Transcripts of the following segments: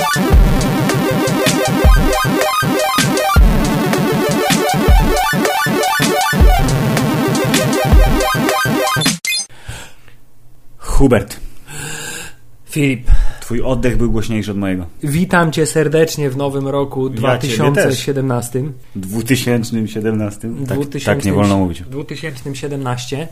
Hubert. Filip. Twój oddech był głośniejszy od mojego. Witam Cię serdecznie w nowym roku 2017. 2017. Tak nie wolno mówić. 2017.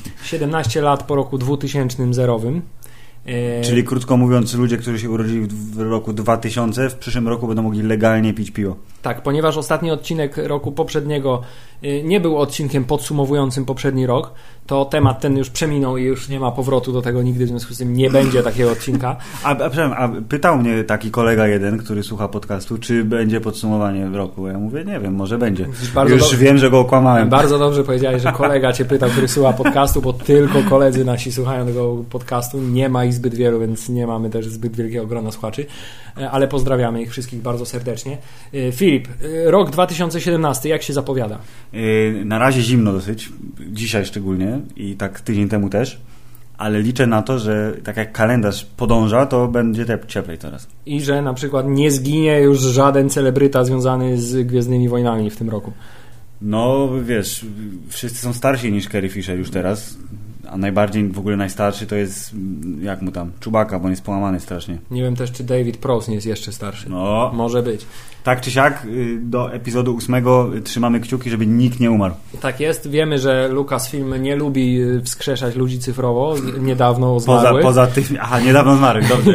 17 lat po roku 2000 zerowym. Czyli krótko mówiąc, ludzie, którzy się urodzili w roku 2000, w przyszłym roku będą mogli legalnie pić piwo. Tak, ponieważ ostatni odcinek roku poprzedniego nie był odcinkiem podsumowującym poprzedni rok, to temat ten już przeminął i już nie ma powrotu do tego nigdy, w związku z tym nie będzie takiego odcinka. A pytał mnie taki kolega jeden, który słucha podcastu, czy będzie podsumowanie roku. Ja mówię, nie wiem, może będzie. Już wiem, że go okłamałem. Bardzo dobrze powiedziałeś, że kolega Cię pytał, który słucha podcastu, bo tylko koledzy nasi słuchają tego podcastu. Nie ma ich zbyt wielu, więc nie mamy też zbyt wielkiego grona słuchaczy, ale pozdrawiamy ich wszystkich bardzo serdecznie. Filip, rok 2017, jak się zapowiada? Na razie zimno dosyć, dzisiaj szczególnie i tak tydzień temu też, ale liczę na to, że tak jak kalendarz podąża, to będzie cieplej teraz. I że na przykład nie zginie już żaden celebryta związany z Gwiezdnymi Wojnami w tym roku. No wiesz, wszyscy są starsi niż Carrie Fisher już teraz, a najbardziej w ogóle najstarszy to jest, jak mu tam, Chewbacca, bo on jest połamany strasznie. Nie wiem też, czy David Prowse nie jest jeszcze starszy. No. Może być. Tak czy siak, do epizodu 8 trzymamy kciuki, żeby nikt nie umarł. Tak jest. Wiemy, że Lucasfilm nie lubi wskrzeszać ludzi cyfrowo. Niedawno zmarłych. Poza tym... Aha, niedawno zmarłych, dobrze.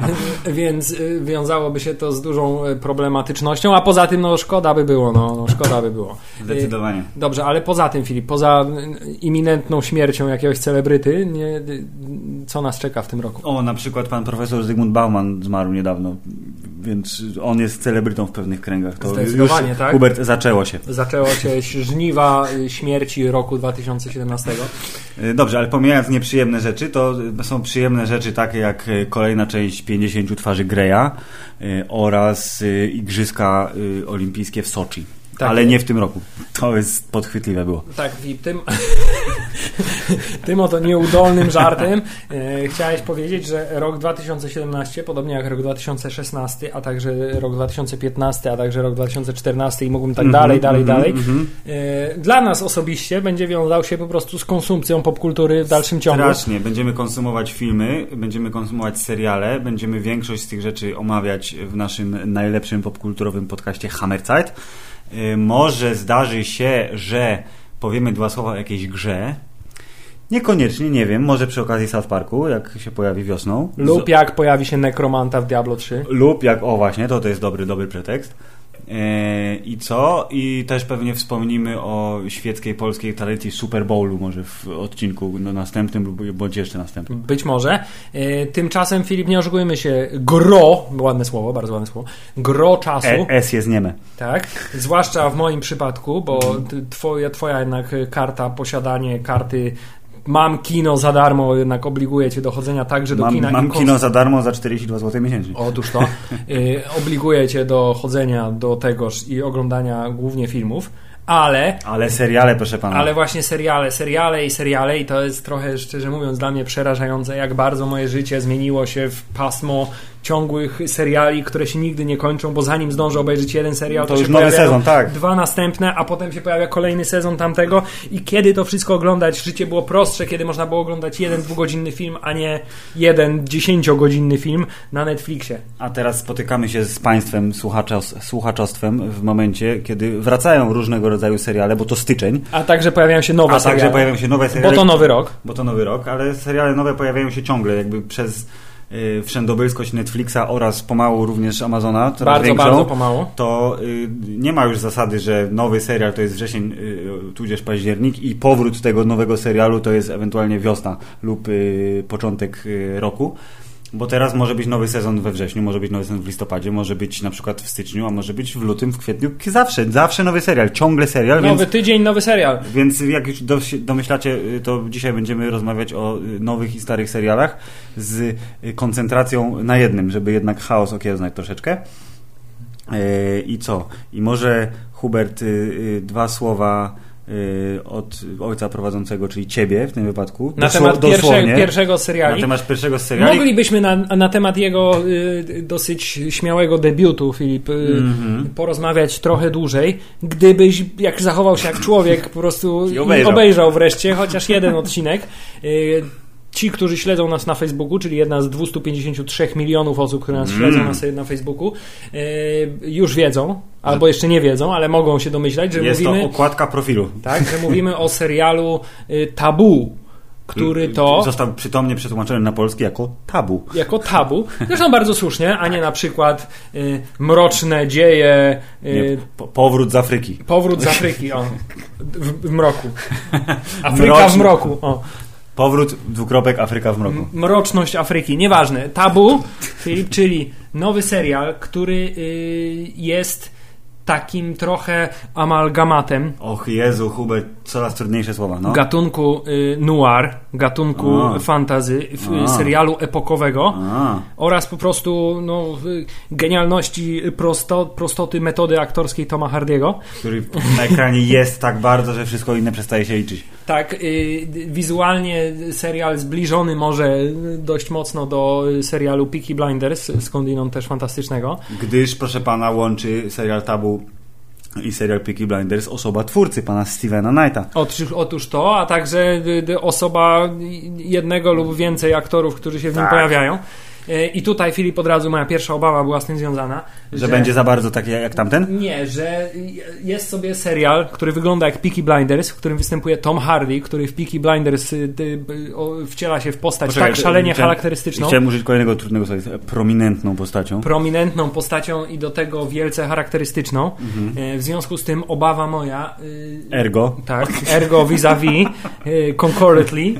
Więc wiązałoby się to z dużą problematycznością, a poza tym, szkoda by było. Szkoda by było. Zdecydowanie. Dobrze, ale poza tym, Filip, poza imminentną śmiercią jakiegoś celebryty, co nas czeka w tym roku? Na przykład pan profesor Zygmunt Bauman zmarł niedawno, więc on jest celebrytą w pewnych kręgach. To zdecydowanie, już, tak? Hubert, zaczęło się. Zaczęło się żniwa śmierci roku 2017. Dobrze, ale pomijając nieprzyjemne rzeczy, to są przyjemne rzeczy takie jak kolejna część 50 twarzy Greya oraz Igrzyska Olimpijskie w Soczi. Tak, ale nie w tym roku. To jest podchwytliwe było. Tak, i tym oto nieudolnym żartem chciałeś powiedzieć, że rok 2017, podobnie jak rok 2016, a także rok 2015, a także rok 2014 i mógłbym tak dalej, dla nas osobiście będzie wiązał się po prostu z konsumpcją popkultury w dalszym ciągu. Strasznie. Będziemy konsumować filmy, będziemy konsumować seriale, będziemy większość z tych rzeczy omawiać w naszym najlepszym popkulturowym podcaście Hammerzeit. Może zdarzy się, że powiemy dwa słowa o jakiejś grze. Niekoniecznie, nie wiem. Może przy okazji South Parku, jak się pojawi wiosną. Lub jak pojawi się Nekromanta w Diablo 3. Lub jak, właśnie, to jest dobry pretekst. I co? I też pewnie wspomnimy o świeckiej polskiej tradycji Super Bowlu może w odcinku następnym bądź jeszcze następnym. Być może. Tymczasem, Filip, nie oszukujmy się, ładne słowo, bardzo ładne słowo, gro czasu. S jest nieme. Tak, zwłaszcza w moim przypadku, bo twoja jednak karta, posiadanie karty mam kino za darmo, jednak obliguje cię do chodzenia także do kina. Mam kino za darmo za 42 zł miesięcznie. Otóż to. Obliguje cię do chodzenia do tegoż i oglądania głównie filmów, ale seriale, proszę pana. Ale właśnie seriale i to jest trochę, szczerze mówiąc, dla mnie przerażające, jak bardzo moje życie zmieniło się w pasmo ciągłych seriali, które się nigdy nie kończą, bo zanim zdążę obejrzeć jeden serial, to już nowy sezon, tak. Dwa następne, a potem się pojawia kolejny sezon tamtego i kiedy to wszystko oglądać? Życie było prostsze, kiedy można było oglądać jeden 2-godzinny film, a nie jeden 10-godzinny film na Netflixie. A teraz spotykamy się z państwem słuchaczostwem w momencie, kiedy wracają różnego rodzaju seriale, bo to styczeń. A także pojawiają się nowe seriale. Bo to nowy rok. Ale seriale nowe pojawiają się ciągle, jakby przez wszędobylskość Netflixa oraz pomału również Amazona, bardzo pomału, to nie ma już zasady, że nowy serial to jest wrzesień tudzież październik i powrót tego nowego serialu to jest ewentualnie wiosna lub początek roku. Bo teraz może być nowy sezon we wrześniu, może być nowy sezon w listopadzie, może być na przykład w styczniu, a może być w lutym, w kwietniu. Zawsze nowy serial, ciągle serial. Nowy tydzień, nowy serial. Więc jak już domyślacie, to dzisiaj będziemy rozmawiać o nowych i starych serialach z koncentracją na jednym, żeby jednak chaos okiełznać troszeczkę. I co? I może Hubert, dwa słowa od ojca prowadzącego, czyli ciebie w tym wypadku. Na temat pierwszego seriali. Na temat pierwszego seriali. Moglibyśmy na temat jego dosyć śmiałego debiutu, Filip, porozmawiać trochę dłużej, gdybyś, jak zachował się jak człowiek, po prostu obejrzał wreszcie chociaż jeden odcinek. Ci, którzy śledzą nas na Facebooku, czyli jedna z 253 milionów osób, które nas śledzą na Facebooku, już wiedzą, albo jeszcze nie wiedzą, ale mogą się domyślać, że jest to okładka profilu. Tak, że mówimy o serialu Tabu, który to... Został przytomnie przetłumaczony na polski jako Tabu. Jako Tabu. Zresztą bardzo słusznie, a nie na przykład Mroczne dzieje... Powrót z Afryki. Powrót z Afryki, o. W mroku. Afryka w mroku, o. Powrót, Afryka w mroku. Mroczność Afryki, nieważne. Tabu, czyli nowy serial, który jest takim trochę amalgamatem. Och Jezu, Hubert, coraz trudniejsze słowa. No. Gatunku noir, gatunku fantasy, serialu epokowego oraz po prostu genialności, prostoty metody aktorskiej Toma Hardy'ego. Który na ekranie jest tak bardzo, że wszystko inne przestaje się liczyć. Tak, wizualnie serial zbliżony może dość mocno do serialu Peaky Blinders, skądinąd też fantastycznego. Gdyż, proszę pana, łączy serial Tabu i serial Peaky Blinders osoba twórcy, pana Stephena Knighta. Otóż to, a także osoba jednego lub więcej aktorów, którzy się w nim pojawiają. I tutaj, Filip, od razu moja pierwsza obawa była z tym związana. Że będzie za bardzo taki jak tamten? Nie, że jest sobie serial, który wygląda jak Peaky Blinders, w którym występuje Tom Hardy, który w Peaky Blinders wciela się w postać tak szalenie charakterystyczną. Chciałem użyć kolejnego trudnego słowa, prominentną postacią. Prominentną postacią i do tego wielce charakterystyczną. W związku z tym obawa moja... Ergo. Tak, ergo vis-a-vis, concurrently...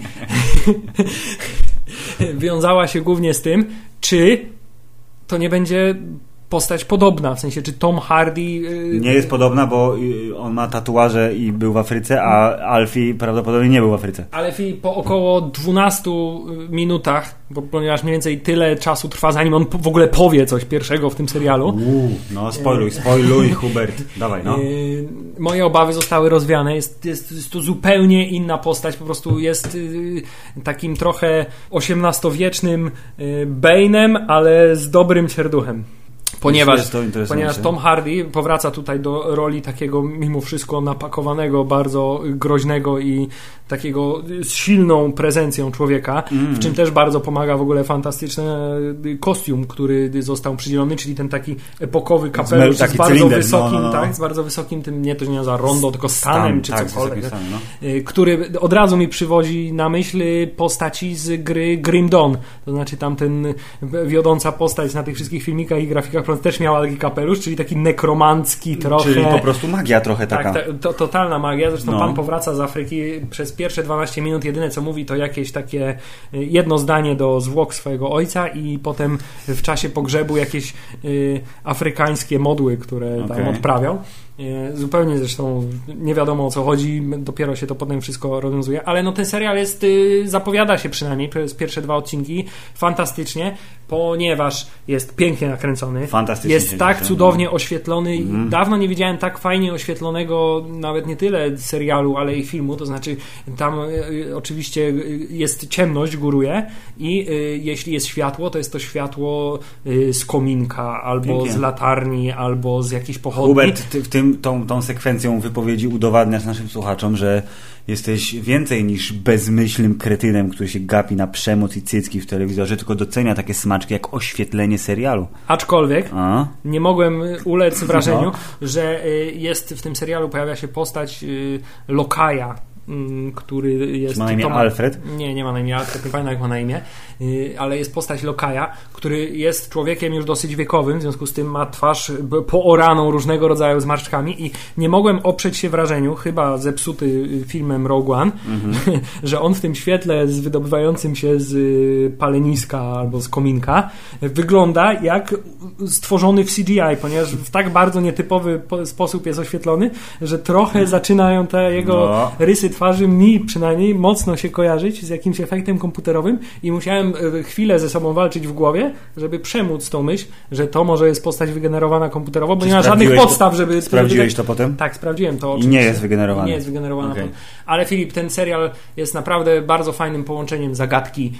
wiązała się głównie z tym, czy to nie będzie postać podobna, w sensie, czy Tom Hardy... Nie jest podobna, bo on ma tatuaże i był w Afryce, a Alfie prawdopodobnie nie był w Afryce. Ale po około 12 minutach, ponieważ mniej więcej tyle czasu trwa, zanim on w ogóle powie coś pierwszego w tym serialu. No spoiluj, Hubert. Dawaj, no. Moje obawy zostały rozwiane. Jest to zupełnie inna postać, po prostu jest takim trochę XVIII-wiecznym Bane'em, ale z dobrym serduchem. Ponieważ Tom Hardy powraca tutaj do roli takiego mimo wszystko napakowanego, bardzo groźnego i takiego z silną prezencją człowieka, w czym też bardzo pomaga w ogóle fantastyczny kostium, który został przydzielony, czyli ten taki epokowy kapelusz z bardzo wysokim, tak, z bardzo wysokim tym, nie to nie nazywa rondo, tylko stanem czy cokolwiek, który od razu mi przywodzi na myśl postaci z gry Grim Dawn, to znaczy tamten wiodąca postać na tych wszystkich filmikach i grafikach też miała taki kapelusz, czyli taki nekromancki trochę. Czyli po prostu magia trochę taka. Tak, totalna magia. Zresztą pan powraca z Afryki, przez pierwsze 12 minut jedyne co mówi to jakieś takie jedno zdanie do zwłok swojego ojca i potem w czasie pogrzebu jakieś afrykańskie modły, które tam odprawiał. Zupełnie zresztą nie wiadomo o co chodzi, dopiero się to potem wszystko rozwiązuje, ale ten serial zapowiada się przynajmniej przez pierwsze 2 odcinki fantastycznie, ponieważ jest pięknie nakręcony, jest tak cudownie oświetlony. Dawno nie widziałem tak fajnie oświetlonego nawet nie tyle serialu, ale i filmu, to znaczy tam oczywiście jest ciemność, góruje i jeśli jest światło, to jest to światło z kominka, albo z latarni, albo z jakichś pochodni. Hubert, tą sekwencją wypowiedzi udowadniasz naszym słuchaczom, że jesteś więcej niż bezmyślnym kretynem, który się gapi na przemoc i cycki w telewizorze, tylko docenia takie smaczki jak oświetlenie serialu. Aczkolwiek nie mogłem ulec wrażeniu, że jest w tym serialu, pojawia się postać Lokaja, który jest... Czy ma na imię Alfred? Nie ma na imię Alfred, nie pamiętam jak ma na imię, ale jest postać Lokaja, który jest człowiekiem już dosyć wiekowym, w związku z tym ma twarz pooraną różnego rodzaju zmarszczkami i nie mogłem oprzeć się wrażeniu, chyba zepsuty filmem Rogue One, że on w tym świetle wydobywającym się z paleniska albo z kominka wygląda jak stworzony w CGI, ponieważ w tak bardzo nietypowy sposób jest oświetlony, że trochę zaczynają te jego rysy twarzy mi przynajmniej mocno się kojarzyć z jakimś efektem komputerowym i musiałem chwilę ze sobą walczyć w głowie, żeby przemóc tą myśl, że to może jest postać wygenerowana komputerowo, bo nie ma żadnych podstaw, żeby... Sprawdziłeś to potem? Tak, sprawdziłem to. I nie jest wygenerowana. Nie jest wygenerowana. Okay. Ale Filip, ten serial jest naprawdę bardzo fajnym połączeniem zagadki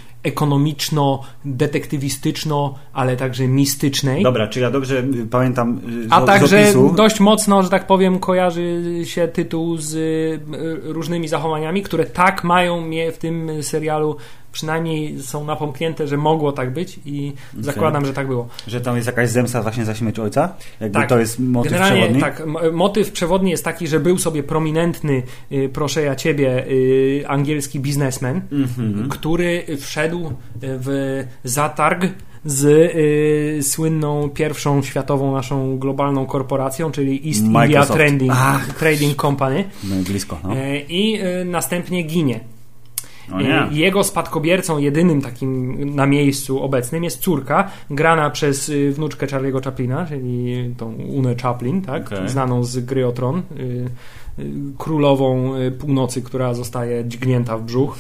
ekonomiczno-detektywistyczno, ale także mistycznej. Dobra, czy ja dobrze pamiętam a także opisu? Dość mocno, że tak powiem, kojarzy się tytuł z różnymi zachowaniami, które tak mają mnie w tym serialu, przynajmniej są napomknięte, że mogło tak być i zakładam, że tak było. Że tam jest jakaś zemsta właśnie za śmierć ojca? Jakby tak. To jest motyw Generalnie, przewodni? Tak, motyw przewodni jest taki, że był sobie prominentny, proszę ja ciebie, angielski biznesmen, który wszedł w zatarg z słynną pierwszą światową naszą globalną korporacją, czyli East India Trading Company. No i blisko. No. I następnie ginie. Jego spadkobiercą, jedynym takim na miejscu obecnym jest córka, grana przez wnuczkę Charlie'ego Chaplina, czyli tą Unę Chaplin, tak? Znaną z Gry o Tron, królową północy, która zostaje dźgnięta w brzuch.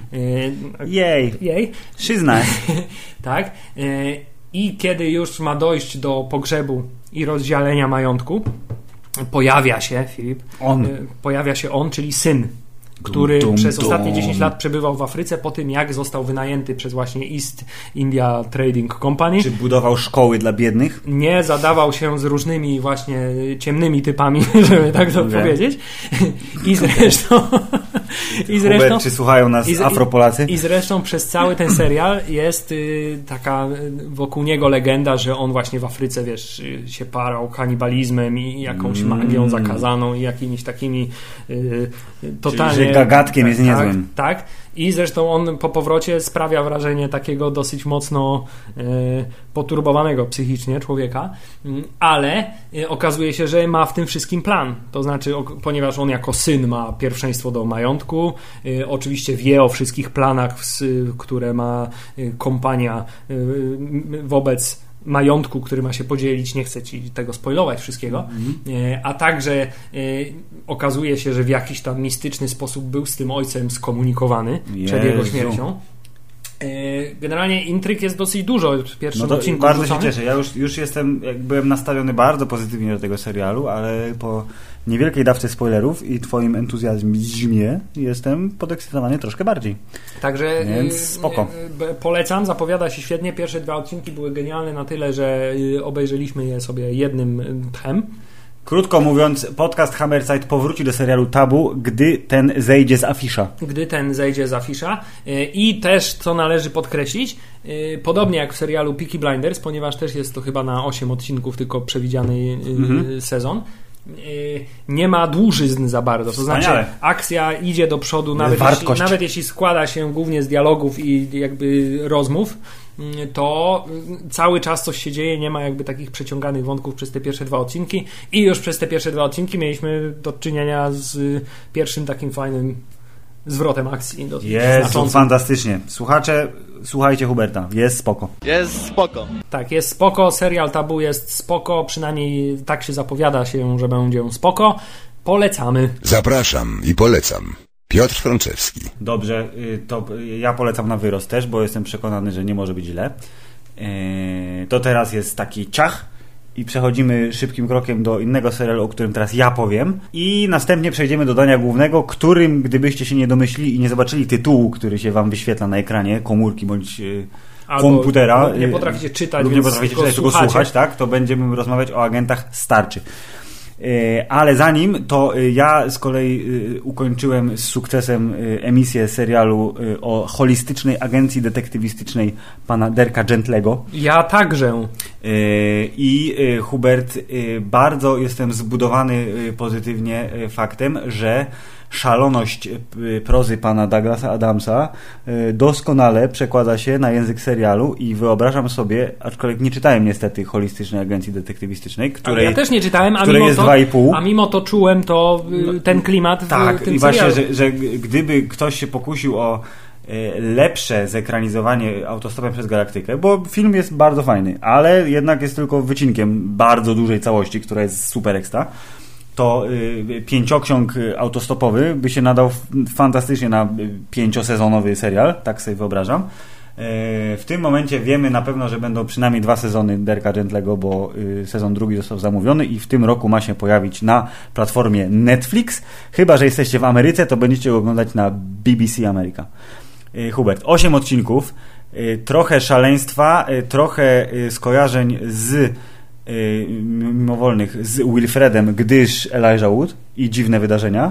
Jej. She's nice. Tak. I kiedy już ma dojść do pogrzebu i rozdzielenia majątku, pojawia się Filip, on, czyli syn, który przez ostatnie 10 lat przebywał w Afryce po tym, jak został wynajęty przez właśnie East India Trading Company. Czy budował szkoły dla biednych? Nie, zadawał się z różnymi właśnie ciemnymi typami, żeby tak to powiedzieć. I zresztą... Hubert, czy słuchają nas Afropolacy? I zresztą przez cały ten serial jest taka wokół niego legenda, że on właśnie w Afryce, wiesz, się parał kanibalizmem i jakąś magią zakazaną i jakimiś takimi totalnie... Czyli, że gagatkiem jest niezłym. Tak. I zresztą on po powrocie sprawia wrażenie takiego dosyć mocno poturbowanego psychicznie człowieka, ale okazuje się, że ma w tym wszystkim plan. To znaczy, ponieważ on jako syn ma pierwszeństwo do majątku, oczywiście wie o wszystkich planach, które ma kompania wobec majątku, który ma się podzielić, nie chcę ci tego spoilować wszystkiego, a także okazuje się, że w jakiś tam mistyczny sposób był z tym ojcem skomunikowany przed jego śmiercią. Generalnie intryg jest dosyć dużo w pierwszym odcinku. Bardzo się cieszę. Ja już jestem, byłem nastawiony bardzo pozytywnie do tego serialu, ale po niewielkiej dawce spoilerów i twoim entuzjazmie jestem podekscytowany troszkę bardziej. Także więc spoko. Polecam, zapowiada się świetnie. Pierwsze 2 odcinki były genialne na tyle, że obejrzeliśmy je sobie jednym tchem. Krótko mówiąc, podcast Hammerside powróci do serialu Tabu, gdy ten zejdzie z afisza. I też, co należy podkreślić, podobnie jak w serialu Peaky Blinders, ponieważ też jest to chyba na 8 odcinków tylko przewidziany sezon, nie ma dłużyzn za bardzo. To znaczy akcja idzie do przodu, nawet jeśli składa się głównie z dialogów i jakby rozmów, to cały czas coś się dzieje, nie ma jakby takich przeciąganych wątków przez te pierwsze 2 odcinki i już przez te pierwsze 2 odcinki mieliśmy do czynienia z pierwszym takim fajnym zwrotem akcji. Jest fantastycznie. Słuchacze, słuchajcie Huberta. Jest spoko. Tak, jest spoko. Serial Tabu jest spoko. Przynajmniej tak się zapowiada się, że będzie spoko. Polecamy. Zapraszam i polecam. Piotr Frączewski. Dobrze, to ja polecam na wyrost też, bo jestem przekonany, że nie może być źle. To teraz jest taki ciach i przechodzimy szybkim krokiem do innego serialu, o którym teraz ja powiem i następnie przejdziemy do dania głównego, którym, gdybyście się nie domyślili i nie zobaczyli tytułu, który się wam wyświetla na ekranie komórki bądź komputera, nie potraficie czytać, lub nie potraficie czytać, tylko słuchać, tak, to będziemy rozmawiać o agentach Starczy. Ale zanim, to ja z kolei ukończyłem z sukcesem emisję serialu o holistycznej agencji detektywistycznej pana Derka Gentlego. Ja także. I Hubert, bardzo jestem zbudowany pozytywnie faktem, że szaloność prozy pana Douglasa Adamsa doskonale przekłada się na język serialu i wyobrażam sobie, aczkolwiek nie czytałem niestety holistycznej agencji detektywistycznej, której ja też nie czytałem, jest 2,5. A mimo to czułem ten klimat w tym i serialu. właśnie, że gdyby ktoś się pokusił o lepsze zekranizowanie Autostopem przez Galaktykę, bo film jest bardzo fajny, ale jednak jest tylko wycinkiem bardzo dużej całości, która jest super ekstra, to 5-ksiąg autostopowy by się nadał fantastycznie na 5-sezonowy serial, tak sobie wyobrażam. W tym momencie wiemy na pewno, że będą przynajmniej 2 sezony Derka Gentlego, bo sezon 2 został zamówiony i w tym roku ma się pojawić na platformie Netflix. Chyba że jesteście w Ameryce, to będziecie go oglądać na BBC Ameryka. Hubert, 8 odcinków, trochę szaleństwa, trochę skojarzeń z mimowolnych z Wilfredem, gdyż Elijah Wood i dziwne wydarzenia.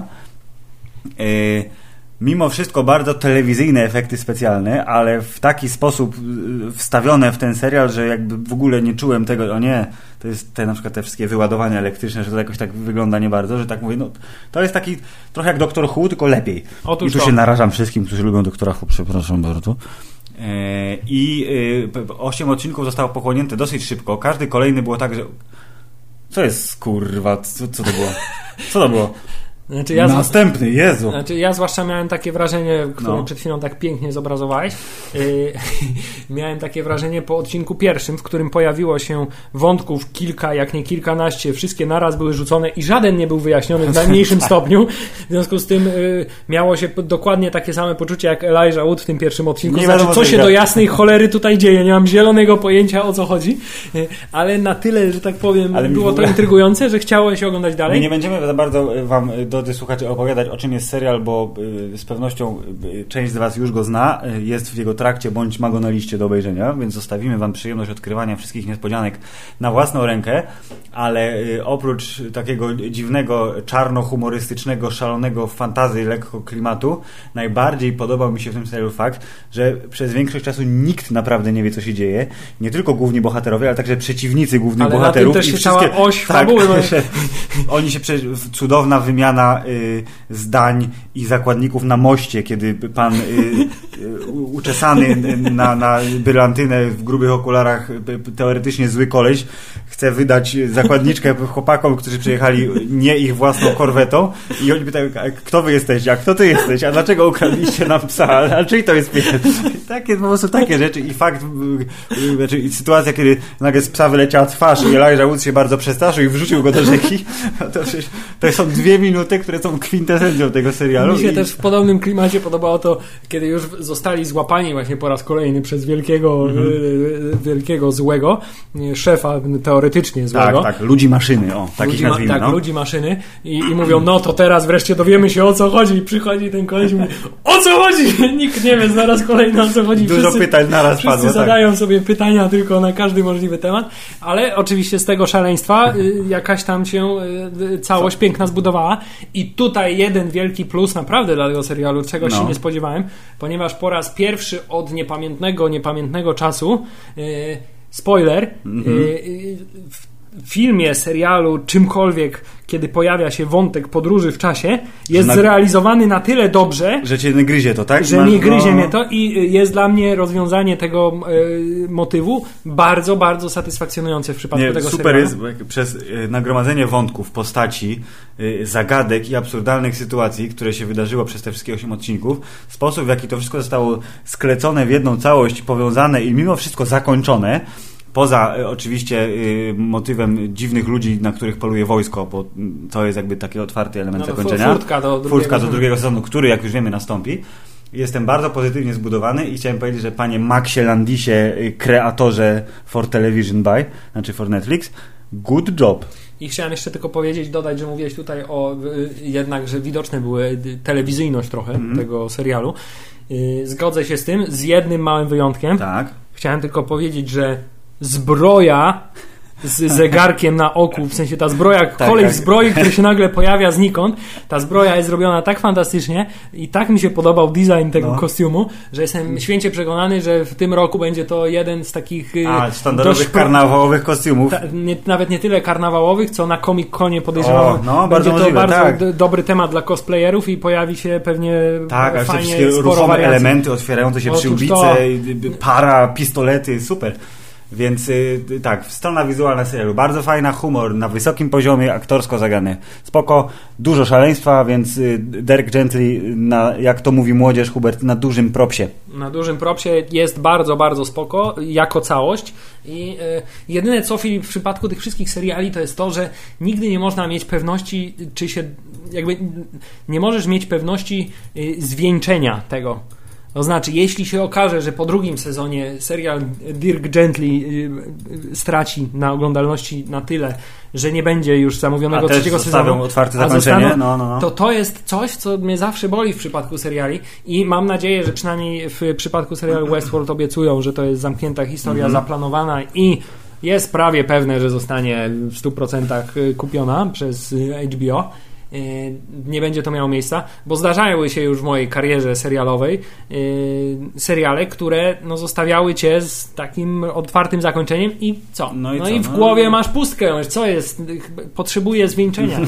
Mimo wszystko bardzo telewizyjne efekty specjalne, ale w taki sposób wstawione w ten serial, że jakby w ogóle nie czułem tego, o nie, to jest na przykład te wszystkie wyładowania elektryczne, że to jakoś tak wygląda nie bardzo, że tak mówię, no to jest taki trochę jak Doktor Who, tylko lepiej. Otóż i tu się narażam wszystkim, którzy lubią Doktora Who, przepraszam bardzo. I 8 odcinków zostało pochłonięte dosyć szybko. Każdy kolejny było tak, że co jest kurwa, co to było? Co to było? Znaczy następny, Jezu. Znaczy ja zwłaszcza miałem takie wrażenie, które przed chwilą tak pięknie zobrazowałeś. Miałem takie wrażenie po odcinku pierwszym, w którym pojawiło się wątków kilka, jak nie kilkanaście, wszystkie naraz były rzucone i żaden nie był wyjaśniony w najmniejszym stopniu. W związku z tym miało się dokładnie takie same poczucie jak Elijah Wood w tym pierwszym odcinku. Znaczy, co się do jasnej cholery tutaj dzieje? Nie mam zielonego pojęcia, o co chodzi. Ale na tyle, że tak powiem, było to intrygujące, że chciało się oglądać dalej. My nie będziemy za bardzo wam drodzy słuchacze, opowiadać, o czym jest serial, bo z pewnością część z was już go zna, jest w jego trakcie, bądź ma go na liście do obejrzenia, więc zostawimy wam przyjemność odkrywania wszystkich niespodzianek na własną rękę, ale oprócz takiego dziwnego, czarno-humorystycznego, szalonego fantasy, lekko klimatu, najbardziej podobał mi się w tym serialu fakt, że przez większość czasu nikt naprawdę nie wie, co się dzieje. Nie tylko główni bohaterowie, ale także przeciwnicy głównych bohaterów. Ale na tym też się cała oś fabuły. Oni się cudowna wymiana zdań i zakładników na moście, kiedy pan uczesany na brylantynę w grubych okularach, teoretycznie zły koleś, chce wydać zakładniczkę chłopakom, którzy przyjechali nie ich własną korwetą i oni pytają, kto wy jesteście, a kto ty jesteś, a dlaczego ukradliście nam psa, a czyj to jest pies? Takie po prostu takie rzeczy i fakt, i sytuacja, kiedy nagle z psa wyleciała twarz i Elijah Wood się bardzo przestraszył i wrzucił go do rzeki, to są 2 minuty, które są kwintesencją tego serialu. Mi się też w podobnym klimacie podobało to, kiedy już zostali złapani właśnie po raz kolejny przez wielkiego złego, szefa teoretycznie złego. Tak, ludzi maszyny, takich nazwijmy. Tak, ludzi maszyny i mówią, no to teraz wreszcie dowiemy się, o co chodzi. I przychodzi ten koleś i mówi, o co chodzi? Nikt nie wie, zaraz kolejny o co chodzi. Dużo pytań naraz padło. Wszyscy zadają sobie pytania tylko na każdy możliwy temat, ale oczywiście z tego szaleństwa jakaś tam się całość piękna zbudowała i tutaj jeden wielki plus naprawdę dla tego serialu, czegoś się nie spodziewałem, ponieważ po raz pierwszy od niepamiętnego czasu spoiler, w filmie, serialu, czymkolwiek, kiedy pojawia się wątek podróży w czasie, jest zrealizowany na tyle dobrze, że cię nie gryzie to, tak? Że nie gryzie mnie to i jest dla mnie rozwiązanie tego motywu bardzo, bardzo satysfakcjonujące w przypadku tego super serialu. Super jest przez nagromadzenie wątków, postaci, zagadek i absurdalnych sytuacji, które się wydarzyło przez te wszystkie 8 odcinków, sposób, w jaki to wszystko zostało sklecone w jedną całość, powiązane i mimo wszystko zakończone, poza oczywiście motywem dziwnych ludzi, na których poluje wojsko, bo to jest jakby taki otwarty element zakończenia. Furtka do drugiego sezonu, który, jak już wiemy, nastąpi. Jestem bardzo pozytywnie zbudowany i chciałem powiedzieć, że panie Maxie Landisie, kreatorze for Television By, znaczy for Netflix, good job. I chciałem jeszcze tylko dodać, że mówiłeś tutaj o jednak, że widoczne były telewizyjność trochę tego serialu. Zgodzę się z tym, z jednym małym wyjątkiem. Tak. Chciałem tylko powiedzieć, że zbroja z zegarkiem na oku, w sensie ta zbroja, kolej zbroi, który się nagle pojawia znikąd, ta zbroja jest zrobiona tak fantastycznie i tak mi się podobał design tego kostiumu, że jestem święcie przekonany, że w tym roku będzie to jeden z takich standardowych karnawałowych kostiumów. Nawet nie tyle karnawałowych, co na Comic-Conie podejrzewam. Będzie to bardzo dobry temat dla cosplayerów i pojawi się pewnie fajnie sporo wszystkie ruchome elementy otwierające się przyłbice, para, pistolety, super. Więc tak, strona wizualna serialu bardzo fajna, humor na wysokim poziomie, aktorsko zagrane spoko, dużo szaleństwa, więc Dirk Gently, jak to mówi młodzież, Hubert, na dużym propsie. Na dużym propsie, jest bardzo, bardzo spoko jako całość i jedyne co, Filip, w przypadku tych wszystkich seriali to jest to, że nigdy nie można mieć pewności, czy się jakby nie możesz mieć pewności zwieńczenia tego. To znaczy, jeśli się okaże, że po drugim sezonie serial Dirk Gently straci na oglądalności na tyle, że nie będzie już zamówionego trzeciego sezonu, otwarte zakończenie, to jest coś, co mnie zawsze boli w przypadku seriali i mam nadzieję, że przynajmniej w przypadku serialu Westworld obiecują, że to jest zamknięta historia, zaplanowana i jest prawie pewne, że zostanie w 100% kupiona przez HBO. Nie będzie to miało miejsca, bo zdarzały się już w mojej karierze serialowej seriale, które zostawiały cię z takim otwartym zakończeniem i co? No i w głowie masz pustkę, co jest? Potrzebuję zwieńczenia.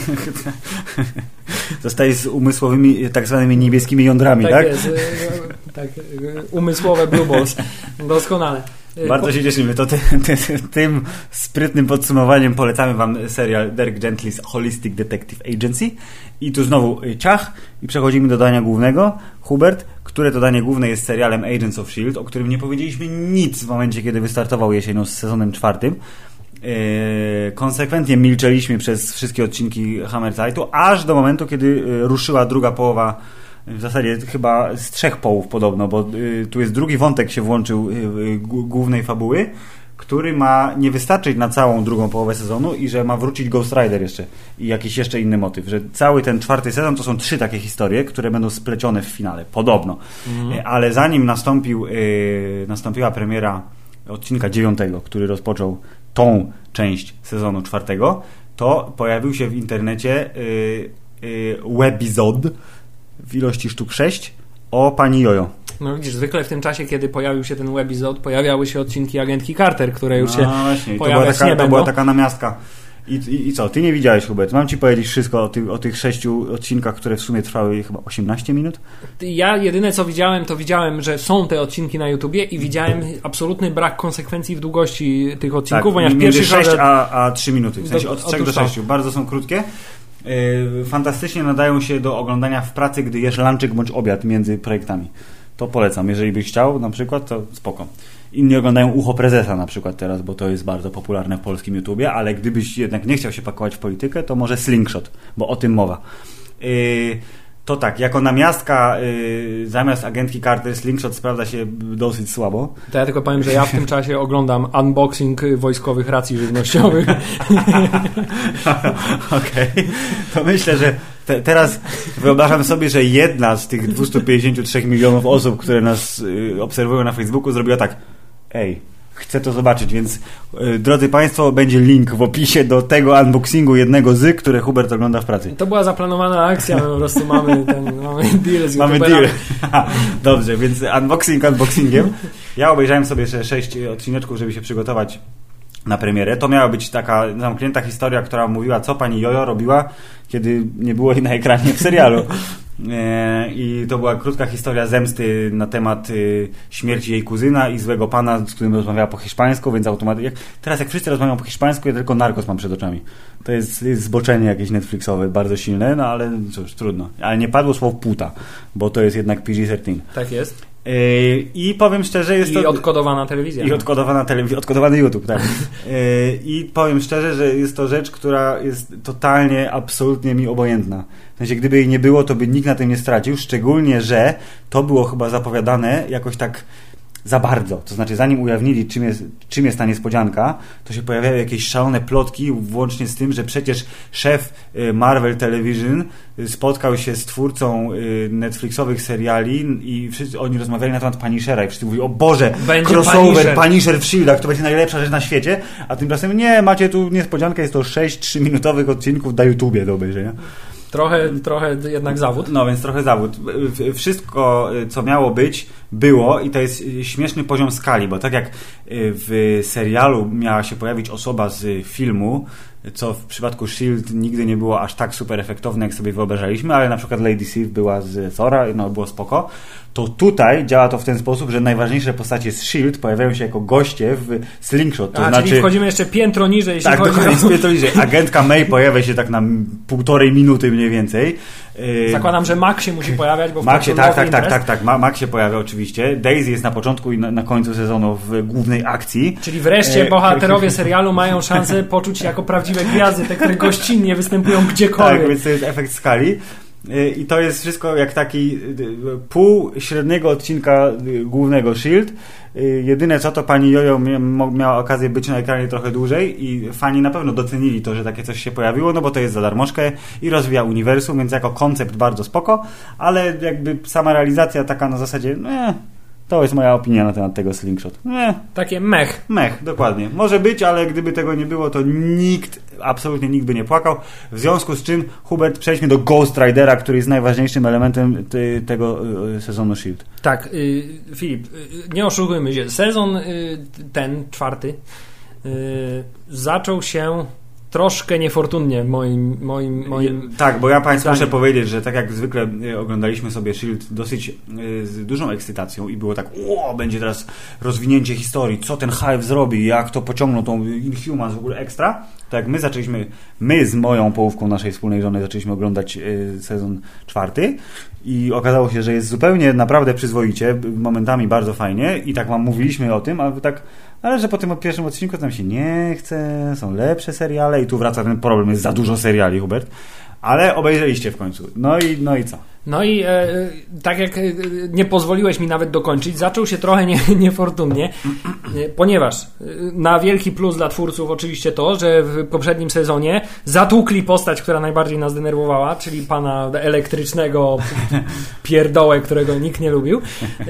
Zostajesz z umysłowymi, tak zwanymi niebieskimi jądrami, tak? Tak jest, tak, umysłowe blue balls. Doskonale. Bardzo się cieszymy. To tym sprytnym podsumowaniem polecamy wam serial Dirk Gently's Holistic Detective Agency. I tu znowu ciach i przechodzimy do dania głównego. Hubert, które to danie główne jest serialem Agents of S.H.I.E.L.D., o którym nie powiedzieliśmy nic w momencie, kiedy wystartował jesienią z sezonem 4. Konsekwentnie milczeliśmy przez wszystkie odcinki Hammer Sightu, aż do momentu, kiedy ruszyła druga połowa, w zasadzie chyba z 3 połów podobno, bo tu jest drugi wątek się włączył głównej fabuły, który ma nie wystarczyć na całą drugą połowę sezonu i że ma wrócić Ghost Rider jeszcze i jakiś jeszcze inny motyw, że cały ten 4. sezon to są 3 takie historie, które będą splecione w finale, podobno. Ale zanim nastąpiła premiera odcinka 9, który rozpoczął tą część sezonu 4, to pojawił się w internecie webizod w ilości sztuk 6 o pani Jojo. No widzisz, zwykle w tym czasie, kiedy pojawił się ten webizod, pojawiały się odcinki Agentki Carter, które już się pojawiać nie będą. To była taka namiastka. I co? Ty nie widziałeś, Hubert? Mam ci powiedzieć wszystko o tych 6 odcinkach, które w sumie trwały chyba 18 minut? Ja jedyne co widziałem, to widziałem, że są te odcinki na YouTubie i widziałem absolutny brak konsekwencji w długości tych odcinków, ponieważ między 6 a 3 minuty, w sensie od 3 do 6. Bardzo są krótkie. Fantastycznie nadają się do oglądania w pracy, gdy jesz lunchek bądź obiad między projektami. To polecam. Jeżeli byś chciał na przykład, to spoko. Inni oglądają Ucho Prezesa na przykład teraz, bo to jest bardzo popularne w polskim YouTubie, ale gdybyś jednak nie chciał się pakować w politykę, to może Slingshot, bo o tym mowa. To tak, jako namiastka zamiast Agentki Carter Slingshot sprawdza się dosyć słabo. To ja tylko powiem, że ja w tym czasie oglądam unboxing wojskowych racji żywnościowych. Okej. To myślę, że teraz wyobrażam sobie, że jedna z tych 253 milionów osób, które nas obserwują na Facebooku, zrobiła tak: chcę to zobaczyć, więc drodzy Państwo, będzie link w opisie do tego unboxingu jednego które Hubert ogląda w pracy. To była zaplanowana akcja, my po prostu mamy deal z Mamy deal. Dobrze, więc unboxingiem. Ja obejrzałem sobie jeszcze 6 odcineczków, żeby się przygotować na premierę. To miała być taka zamknięta historia, która mówiła, co pani Jojo robiła, kiedy nie było jej na ekranie w serialu. I to była krótka historia zemsty na temat śmierci jej kuzyna i złego pana, z którym rozmawiała po hiszpańsku, więc automatycznie... Teraz jak wszyscy rozmawiają po hiszpańsku, ja tylko Narcos mam przed oczami. To jest zboczenie jakieś Netflixowe, bardzo silne, no ale cóż, trudno. Ale nie padło słowo puta, bo to jest jednak PG-13. Tak jest. I powiem szczerze, jest to... I odkodowana telewizja. I odkodowany YouTube, tak. I powiem szczerze, że jest to rzecz, która jest totalnie, absolutnie mi obojętna. W sensie, gdyby jej nie było, to by nikt na tym nie stracił, szczególnie, że to było chyba zapowiadane jakoś tak za bardzo. To znaczy, zanim ujawnili, czym jest ta niespodzianka, to się pojawiały jakieś szalone plotki, włącznie z tym, że przecież szef Marvel Television spotkał się z twórcą Netflixowych seriali i wszyscy oni rozmawiali na temat Punishera i wszyscy mówili, o Boże, będzie crossover Punisher w S.H.I.E.L.D.ach, to będzie najlepsza rzecz na świecie, a tymczasem nie, macie tu niespodziankę, jest to 6 3-minutowych odcinków na YouTubie do obejrzenia. Trochę jednak zawód. No, więc trochę zawód. Wszystko, co miało być, było i to jest śmieszny poziom skali, bo tak jak w serialu miała się pojawić osoba z filmu, co w przypadku S.H.I.E.L.D. nigdy nie było aż tak super efektowne, jak sobie wyobrażaliśmy, ale na przykład Lady Sif była z Thora, no było spoko. To tutaj działa to w ten sposób, że najważniejsze postacie z S.H.I.E.L.D. pojawiają się jako goście w Slingshot. To znaczy, czyli wchodzimy jeszcze piętro niżej, jeśli tak, chodzi o... piętro niżej. Agentka May pojawia się tak na 1,5 minuty mniej więcej. Zakładam, że Mac się musi pojawiać, bo Mac się, tak. Mac się pojawia oczywiście. Daisy jest na początku i na końcu sezonu w głównej akcji. Czyli wreszcie bohaterowie serialu mają szansę poczuć się jako prawdziwe gwiazdy, te, które gościnnie występują gdziekolwiek. Tak, więc to jest efekt skali. I to jest wszystko jak taki pół średniego odcinka głównego S.H.I.E.L.D. Jedyne co, to pani Jojo miała okazję być na ekranie trochę dłużej i fani na pewno docenili to, że takie coś się pojawiło, no bo to jest za darmożkę i rozwija uniwersum, więc jako koncept bardzo spoko, ale jakby sama realizacja taka na zasadzie to jest moja opinia na temat tego Slingshot. Takie mech. Mech, dokładnie. Może być, ale gdyby tego nie było, to absolutnie nikt by nie płakał. W związku z czym, Hubert, przejdźmy do Ghost Ridera, który jest najważniejszym elementem tego sezonu S.H.I.E.L.D. Tak, Filip, nie oszukujmy się. Sezon ten, 4, zaczął się troszkę niefortunnie moim tak, bo ja Państwu muszę powiedzieć, że tak jak zwykle oglądaliśmy sobie S.H.I.E.L.D. dosyć z dużą ekscytacją i było tak, będzie teraz rozwinięcie historii, co ten Hive zrobi, jak to pociągną tą Inhumans, w ogóle ekstra. Tak jak my z moją połówką naszej wspólnej żony zaczęliśmy oglądać sezon 4 i okazało się, że jest zupełnie naprawdę przyzwoicie, momentami bardzo fajnie i tak mówiliśmy o tym, ale że po tym pierwszym odcinku tam się nie chce, są lepsze seriale i tu wraca ten problem, jest za dużo seriali, Hubert, ale obejrzeliście w końcu. No i co? No i tak jak nie pozwoliłeś mi nawet dokończyć, zaczął się trochę niefortunnie, ponieważ na wielki plus dla twórców oczywiście to, że w poprzednim sezonie zatłukli postać, która najbardziej nas denerwowała, czyli pana elektrycznego pierdołę, którego nikt nie lubił,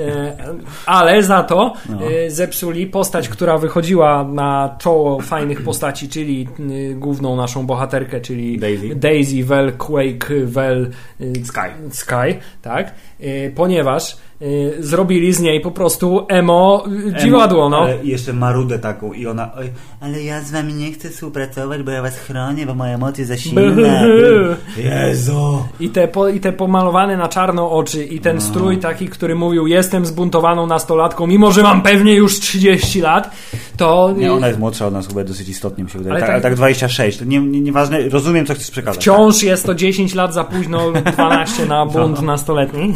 ale za to zepsuli postać, która wychodziła na czoło fajnych postaci, czyli główną naszą bohaterkę, czyli Daisy, Vel, Quake, Vel, Sky, tak? Ponieważ zrobili z niej po prostu emo dziwadło, no. Ale jeszcze marudę taką i ona, ale ja z wami nie chcę współpracować, bo ja was chronię, bo moje emocje za silne. Jezu! I te pomalowane na czarno oczy i ten strój taki, który mówił, jestem zbuntowaną nastolatką, mimo że mam pewnie już 30 lat, to... Nie, ona jest młodsza od nas chyba dosyć istotnie, mi się wydaje. Ale tak 26, to nieważne, rozumiem, co chcesz przekazać. Wciąż jest to 10 lat za późno lub 12 na bunt nastoletni.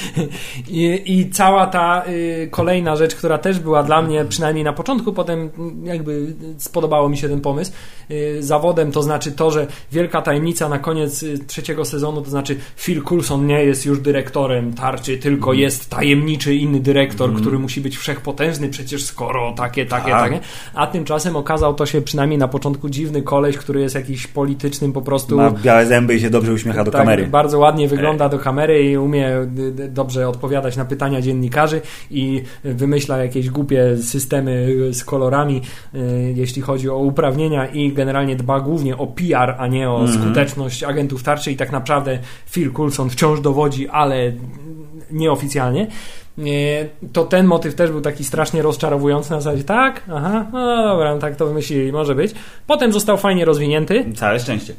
I cała ta kolejna rzecz, która też była dla mnie, przynajmniej na początku, potem jakby spodobało mi się ten pomysł, zawodem, to znaczy to, że wielka tajemnica na koniec 3. sezonu, to znaczy Phil Coulson nie jest już dyrektorem Tarczy, tylko jest tajemniczy inny dyrektor, który musi być wszechpotężny, przecież skoro takie. A tymczasem okazał to się przynajmniej na początku dziwny koleś, który jest jakiś politycznym po prostu... Ma białe zęby i się dobrze uśmiecha do kamery. Bardzo ładnie wygląda do kamery i umie dobrze odpowiadać na pytania dziennikarzy i wymyśla jakieś głupie systemy z kolorami, jeśli chodzi o uprawnienia i generalnie dba głównie o PR, a nie o skuteczność agentów Tarczy i tak naprawdę Phil Coulson wciąż dowodzi, ale nieoficjalnie. To ten motyw też był taki strasznie rozczarowujący na zasadzie no dobra, no tak to wymyślili, może być. Potem został fajnie rozwinięty. Całe szczęście.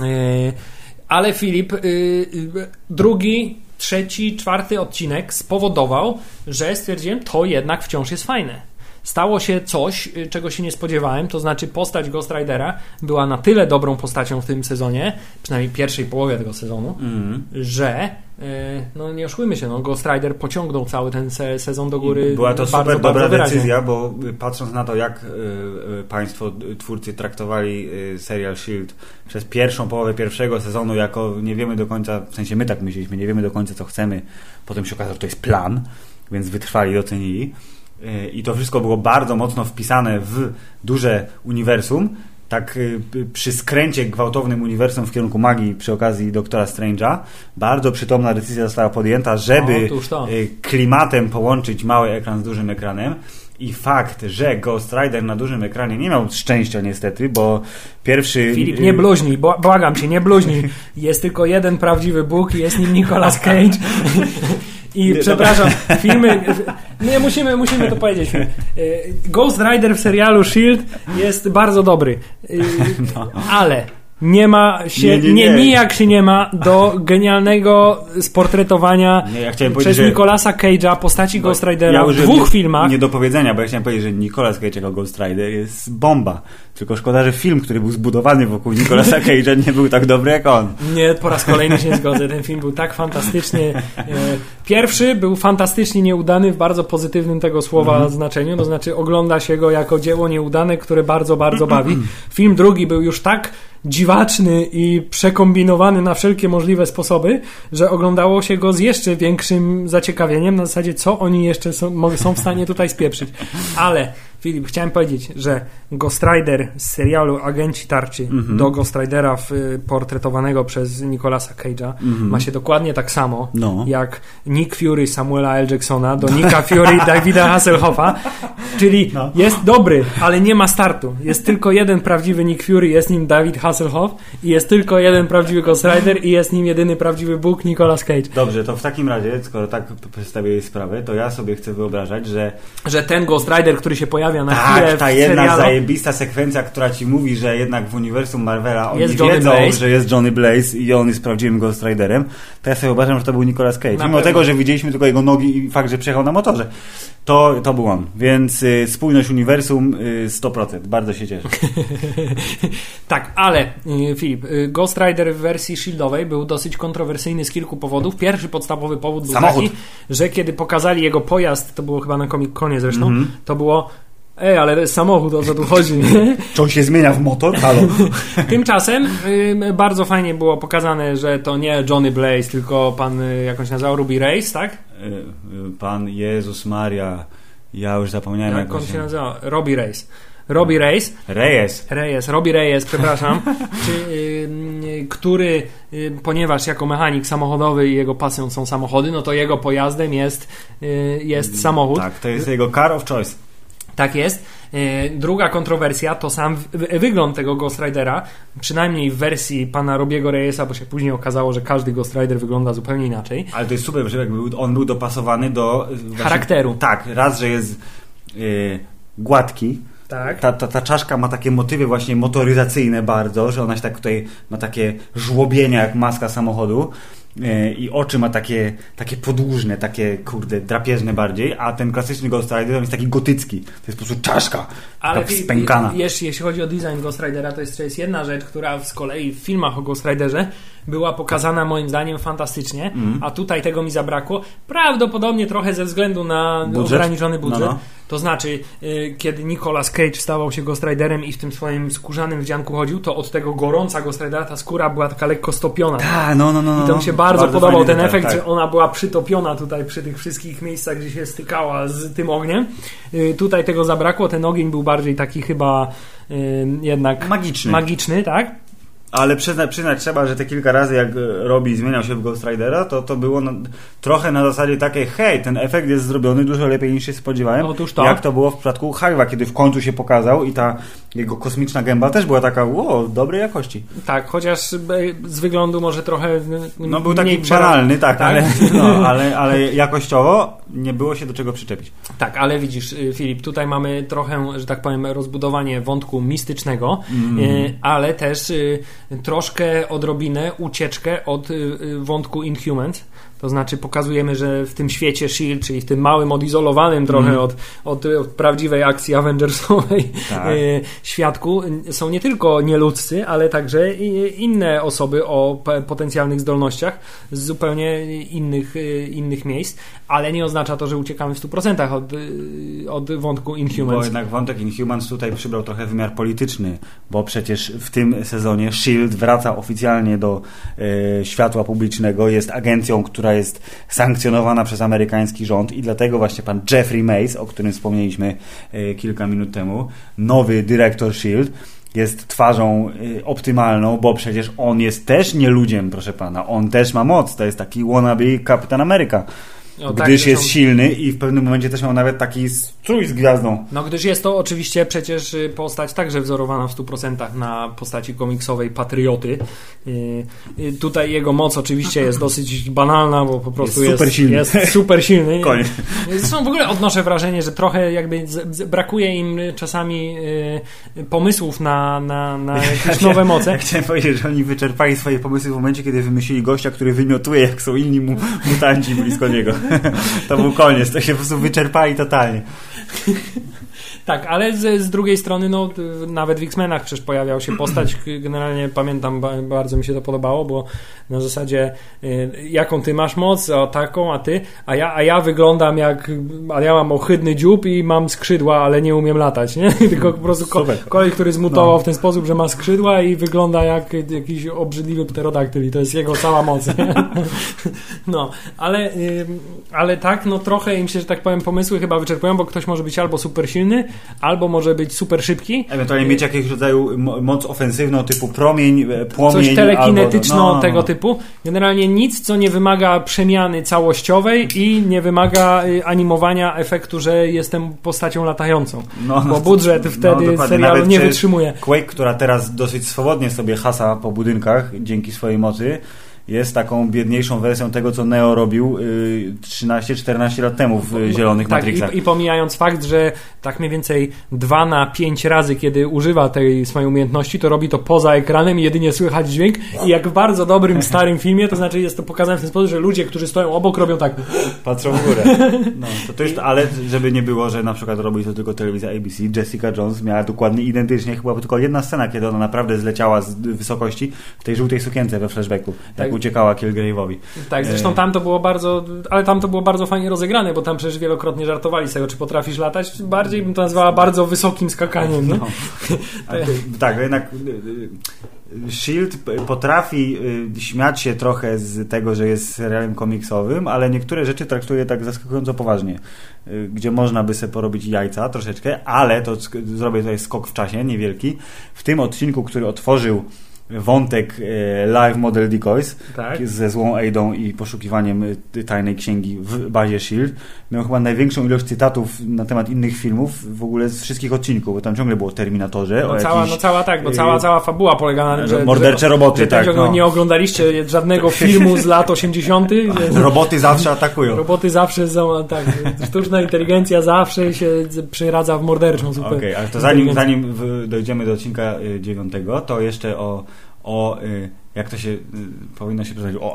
Ale Filip, 2., 3., 4. odcinek spowodował, że stwierdziłem, to jednak wciąż jest fajne. Stało się coś, czego się nie spodziewałem, to znaczy postać Ghost Ridera była na tyle dobrą postacią w tym sezonie, przynajmniej pierwszej połowie tego sezonu, że nie oszukujmy się, Ghost Rider pociągnął cały ten sezon do góry. Była to bardzo, super dobra wyraźnie. decyzja, bo patrząc na to, jak państwo twórcy traktowali serial S.H.I.E.L.D. przez pierwszą połowę pierwszego sezonu jako nie wiemy do końca, w sensie my tak myśleliśmy, nie wiemy do końca co chcemy, potem się okazało, że to jest plan, więc wytrwali i ocenili. I to wszystko było bardzo mocno wpisane w duże uniwersum, tak przy skręcie gwałtownym uniwersum w kierunku magii przy okazji Doktora Strange'a. Bardzo przytomna decyzja została podjęta, żeby klimatem połączyć mały ekran z dużym ekranem. I fakt, że Ghost Rider na dużym ekranie nie miał szczęścia niestety, bo pierwszy... Filip, nie bluźnij, błagam cię, nie bluźnij. Jest tylko jeden prawdziwy Bóg i jest nim Nicolas Cage. I przepraszam, filmy... Nie, musimy to powiedzieć. Ghost Rider w serialu S.H.I.E.L.D. jest bardzo dobry. Ale... Nie ma się, nijak się nie ma do genialnego sportretowania przez Nicolasa Cage'a postaci Ghost Ridera w 2 filmach. Nie do powiedzenia, bo ja chciałem powiedzieć, że Nicolas Cage jako Ghost Rider jest bomba. Tylko szkoda, że film, który był zbudowany wokół Nicolasa Cage'a nie był tak dobry jak on. Nie, po raz kolejny się nie zgodzę. Ten film był tak fantastycznie... Pierwszy był fantastycznie nieudany w bardzo pozytywnym tego słowa znaczeniu. To znaczy ogląda się go jako dzieło nieudane, które bardzo, bardzo bawi. Film drugi był już tak dziwaczny i przekombinowany na wszelkie możliwe sposoby, że oglądało się go z jeszcze większym zaciekawieniem na zasadzie, co oni jeszcze są w stanie tutaj spieprzyć. Ale Filip, chciałem powiedzieć, że Ghost Rider z serialu Agenci Tarczy do Ghost Ridera portretowanego przez Nicolasa Cage'a ma się dokładnie tak samo jak Nick Fury Samuela L. Jacksona do Nicka Fury Davida Hasselhoffa, czyli jest dobry, ale nie ma startu. Jest tylko jeden prawdziwy Nick Fury, jest nim David Hasselhoff i jest tylko jeden prawdziwy Ghost Rider i jest nim jedyny prawdziwy Bóg Nicolas Cage. Dobrze, to w takim razie, skoro tak przedstawię sprawę, to ja sobie chcę wyobrażać, że ten Ghost Rider, który się pojawia na chwilę w ta jedna zajebista sekwencja, która ci mówi, że jednak w uniwersum Marvela oni wiedzą, że jest Johnny Blaze i on jest prawdziwym Ghost Riderem, to ja sobie wyobrażam, że to był Nicolas Cage. Mimo tego, że widzieliśmy tylko jego nogi i fakt, że przyjechał na motorze. To był on. Więc spójność uniwersum 100%. Bardzo się cieszę. Tak, ale Filip, Ghost Rider w wersji shieldowej był dosyć kontrowersyjny z kilku powodów. Pierwszy podstawowy powód był taki, że kiedy pokazali jego pojazd, to było chyba na Comic-Conie zresztą, to było ale to jest samochód, o co tu chodzi, nie? Czy on się zmienia w motor? Halo. Tymczasem bardzo fajnie było pokazane, że to nie Johnny Blaze, tylko pan, jak on się nazywał, Ruby Reyes, tak? Pan Jezus Maria, ja już zapomniałem, jak on się nazywał. Robbie Reyes. Robbie Reyes, przepraszam. Który, ponieważ jako mechanik samochodowy i jego pasją są samochody, no to jego pojazdem jest samochód. Tak, to jest jego car of choice. Tak jest. Druga kontrowersja to sam wygląd tego Ghost Ridera, przynajmniej w wersji pana Robiego Reyesa, bo się później okazało, że każdy Ghost Rider wygląda zupełnie inaczej. Ale to jest super, że on był dopasowany do charakteru. Tak, raz, że jest gładki. Tak. Ta czaszka ma takie motywy właśnie motoryzacyjne bardzo, że ona się tak tutaj ma takie żłobienia jak maska samochodu. I oczy ma takie podłużne, takie drapieżne bardziej, a ten klasyczny Ghost Rider jest taki gotycki. To jest po prostu czaszka, taka spękana. Jeśli chodzi o design Ghost Ridera, to jest jedna rzecz, która z kolei w filmach o Ghost Riderze była pokazana moim zdaniem fantastycznie, a tutaj tego mi zabrakło. Prawdopodobnie trochę ze względu na ograniczony budżet. To znaczy, kiedy Nicolas Cage stawał się Ghost Riderem i w tym swoim skórzanym wdzianku chodził, to od tego gorąca Ghost Ridera ta skóra była taka lekko stopiona. I to mi się bardzo podobał ten efekt, że ona była przytopiona tutaj przy tych wszystkich miejscach, gdzie się stykała z tym ogniem. Tutaj tego zabrakło, ten ogień był bardziej taki chyba jednak magiczny, tak? Ale przyznać trzeba, że te kilka razy jak Robbie zmieniał się w Ghost Ridera, to było trochę na zasadzie takiej, hej, ten efekt jest zrobiony dużo lepiej niż się spodziewałem. Otóż to. Jak to było w przypadku Hive'a, kiedy w końcu się pokazał i ta jego kosmiczna gęba też była taka, dobrej jakości. Tak, chociaż z wyglądu może trochę był taki banalny, tak? Ale jakościowo nie było się do czego przyczepić. Tak, ale widzisz, Filip, tutaj mamy trochę, że tak powiem, rozbudowanie wątku mistycznego, ale też troszkę odrobinę ucieczkę od wątku Inhumans. To znaczy pokazujemy, że w tym świecie S.H.I.E.L.D., czyli w tym małym, odizolowanym trochę od prawdziwej akcji Avengersowej świadku, są nie tylko nieludzcy, ale także inne osoby o potencjalnych zdolnościach z zupełnie innych miejsc, ale nie oznacza to, że uciekamy w 100% od wątku Inhumans. Bo jednak wątek Inhumans tutaj przybrał trochę wymiar polityczny, bo przecież w tym sezonie S.H.I.E.L.D. wraca oficjalnie do światła publicznego, jest agencją, która jest sankcjonowana przez amerykański rząd i dlatego właśnie pan Jeffrey Mace, o którym wspomnieliśmy kilka minut temu, nowy dyrektor S.H.I.E.L.D., jest twarzą optymalną, bo przecież on jest też nie ludziem, proszę pana. On też ma moc. To jest taki wannabe Kapitan Ameryka. gdyż jest silny i w pewnym momencie też miał nawet taki strój z gwiazdą. No gdyż jest to oczywiście przecież postać także wzorowana w 100% na postaci komiksowej Patrioty. Tutaj jego moc oczywiście jest dosyć banalna, bo po prostu jest super silny. Koniec. Zresztą w ogóle odnoszę wrażenie, że trochę jakby brakuje im czasami pomysłów na jakieś nowe moce. Ja chciałem powiedzieć, że oni wyczerpali swoje pomysły w momencie, kiedy wymyślili gościa, który wymiotuje, jak są inni mutanci blisko niego. To był koniec, to się po prostu wyczerpali totalnie. Tak, ale z drugiej strony, no nawet w X-Menach przecież pojawiał się postać, generalnie pamiętam, bardzo mi się to podobało, bo na zasadzie jaką ty masz moc, a taką, a ty, a ja wyglądam a ja mam ohydny dziób i mam skrzydła, ale nie umiem latać, nie? Tylko po prostu kolej, który zmutował w ten sposób, że ma skrzydła i wygląda jak jakiś obrzydliwy pterodaktyl i to jest jego cała moc. No, ale tak, no trochę im się, że tak powiem, pomysły chyba wyczerpują, bo ktoś może być albo super silny, albo może być super szybki. Ewentualnie mieć jakiegoś rodzaju moc ofensywną typu promień, płomień. Coś telekinetyczno tego typu. Generalnie nic, co nie wymaga przemiany całościowej i nie wymaga animowania efektu, że jestem postacią latającą. Bo budżet wtedy serialu nie wytrzymuje. Quake, która teraz dosyć swobodnie sobie hasa po budynkach dzięki swojej mocy, jest taką biedniejszą wersją tego, co Neo robił 13-14 lat temu w Zielonych Matrixach. I pomijając fakt, że tak mniej więcej 2 na 5 razy, kiedy używa tej swojej umiejętności, to robi to poza ekranem i jedynie słychać dźwięk i jak w bardzo dobrym, starym filmie, to znaczy jest to pokazane w ten sposób, że ludzie, którzy stoją obok, robią tak. Patrzą w górę. No, to jest, ale żeby nie było, że na przykład robi to tylko telewizja ABC, Jessica Jones miała dokładnie identycznie, chyba tylko jedna scena, kiedy ona naprawdę zleciała z wysokości w tej żółtej sukience we flashbacku. Tak. Uciekała Kilgrave'owi. Tak, zresztą tam to było bardzo fajnie rozegrane, bo tam przecież wielokrotnie żartowali z tego, czy potrafisz latać. Bardziej bym to nazwała bardzo wysokim skakaniem. No. Tak, jednak S.H.I.E.L.D. potrafi śmiać się trochę z tego, że jest serialem komiksowym, ale niektóre rzeczy traktuje tak zaskakująco poważnie, gdzie można by sobie porobić jajca troszeczkę, ale to zrobię tutaj skok w czasie, niewielki. W tym odcinku, który otworzył wątek Live Model Decoys ze złą Aidą i poszukiwaniem tajnej księgi w bazie S.H.I.E.L.D. miał chyba największą ilość cytatów na temat innych filmów w ogóle z wszystkich odcinków, bo tam ciągle było o Terminatorze. Cała fabuła polega na tym, że mordercze roboty, nie oglądaliście żadnego filmu z lat 80. Roboty zawsze atakują. Roboty zawsze są, tak, sztuczna inteligencja zawsze się przeradza w morderczą zupełnie. Okej, ale to zanim dojdziemy do odcinka 9, to jeszcze o jak to się powinno się przedstawić,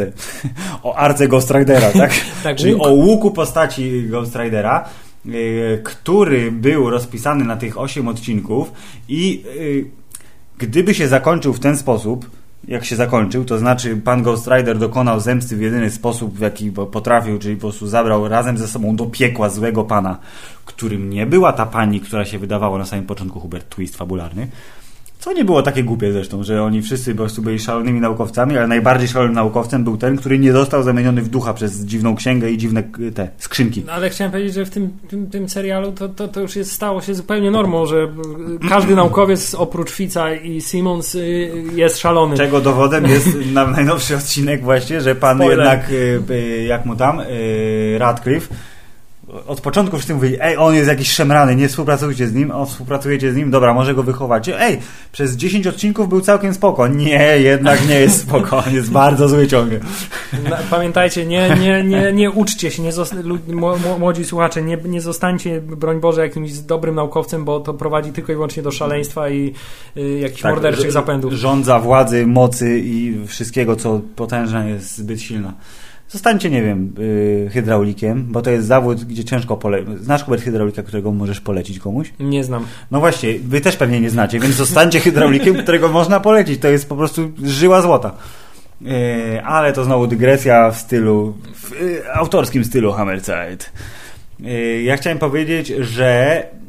o arce Ghost Ridera, tak? Tak, czyli o łuku postaci Ghost Ridera, który był rozpisany na tych 8 odcinków i gdyby się zakończył w ten sposób, jak się zakończył, to znaczy pan Ghost Rider dokonał zemsty w jedyny sposób, w jaki potrafił, czyli po prostu zabrał razem ze sobą do piekła złego pana, którym nie była ta pani, która się wydawała na samym początku Hubert Twist fabularny. Co nie było takie głupie zresztą, że oni wszyscy po prostu byli szalonymi naukowcami, ale najbardziej szalonym naukowcem był ten, który nie został zamieniony w ducha przez dziwną księgę i dziwne te skrzynki. No, ale chciałem powiedzieć, że w tym serialu to już stało się zupełnie normą, że każdy naukowiec oprócz Fica i Simmons jest szalony. Czego dowodem jest najnowszy odcinek właśnie, że pan jednak, jak mu tam, Radcliffe, od początku wszyscy mówili, on jest jakiś szemrany, nie współpracujcie z nim, współpracujecie z nim, dobra, może go wychowacie. Przez 10 odcinków był całkiem spoko. Nie, jednak nie jest spoko, on jest bardzo zły ciągle. Pamiętajcie, nie uczcie się, młodzi słuchacze, nie zostańcie, broń Boże, jakimś dobrym naukowcem, bo to prowadzi tylko i wyłącznie do szaleństwa i jakichś morderczych zapędów. Rządza władzy, mocy i wszystkiego, co potężne, jest zbyt silna. Zostańcie, nie wiem, hydraulikiem, bo to jest zawód, gdzie ciężko polecić. Znasz, Hubert, hydraulika, którego możesz polecić komuś? Nie znam. No właśnie, wy też pewnie nie znacie, więc zostańcie hydraulikiem, którego można polecić. To jest po prostu żyła złota. Ale to znowu dygresja w autorskim stylu Hammerside. Ja chciałem powiedzieć, że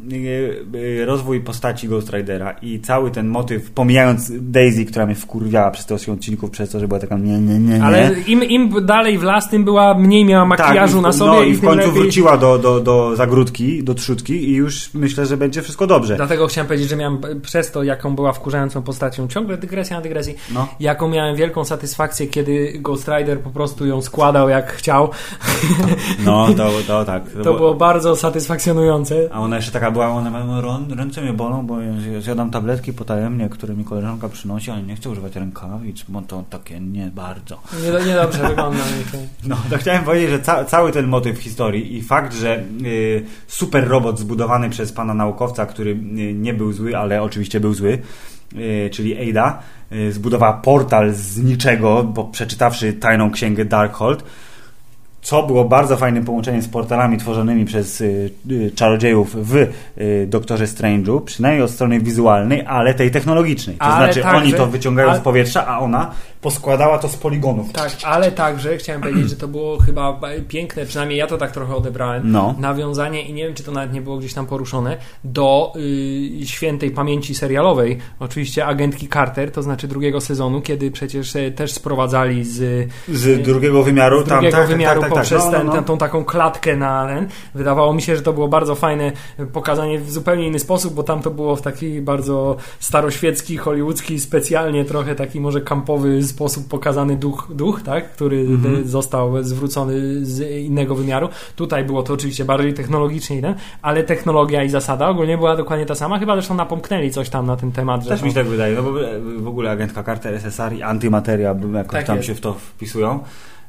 rozwój postaci Ghost Ridera i cały ten motyw, pomijając Daisy, która mnie wkurwiała przez te 8 odcinków, przez to, że była taka nie. Ale im dalej w las, tym mniej miała makijażu na sobie. No i w końcu wróciła do zagródki, do trzutki i już myślę, że będzie wszystko dobrze. Dlatego chciałem powiedzieć, że miałem przez to, jaką była wkurzającą postacią, ciągle dygresja na dygresji, jaką miałem wielką satysfakcję, kiedy Ghost Rider po prostu ją składał jak chciał. No, to tak. To było bardzo satysfakcjonujące. A ona jeszcze taka była, ręce mnie bolą, bo ja zjadam tabletki potajemnie, które mi koleżanka przynosi, ale nie chcę używać rękawic, bo to takie nie bardzo. Niedobrze wygląda. No, to chciałem powiedzieć, że cały ten motyw historii i fakt, że super robot zbudowany przez pana naukowca, który nie był zły, ale oczywiście był zły, czyli Ada, zbudowała portal z niczego, bo przeczytawszy tajną księgę Darkhold, co było bardzo fajnym połączeniem z portalami tworzonymi przez czarodziejów w Doktorze Strange'u, przynajmniej od strony wizualnej, ale tej technologicznej. To znaczy oni to wyciągają z powietrza, a ona poskładała to z poligonów. Tak, ale także chciałem powiedzieć, że to było chyba piękne, przynajmniej ja to tak trochę odebrałem, nawiązanie, i nie wiem, czy to nawet nie było gdzieś tam poruszone, do świętej pamięci serialowej, oczywiście agentki Carter, to znaczy drugiego sezonu, kiedy przecież też sprowadzali z drugiego wymiaru, poprzez tą taką klatkę na ten. Wydawało mi się, że to było bardzo fajne pokazanie w zupełnie inny sposób, bo tam to było w taki bardzo staroświecki, hollywoodzki, specjalnie trochę taki może kampowy sposób pokazany duch, tak? Który został zwrócony z innego wymiaru. Tutaj było to oczywiście bardziej technologicznie, ale technologia i zasada ogólnie była dokładnie ta sama. Chyba zresztą napomknęli coś tam na ten temat. Też mi się tak wydaje, no bo w ogóle agentka Carter, SSR i antymateria jakoś tak tam się w to wpisują.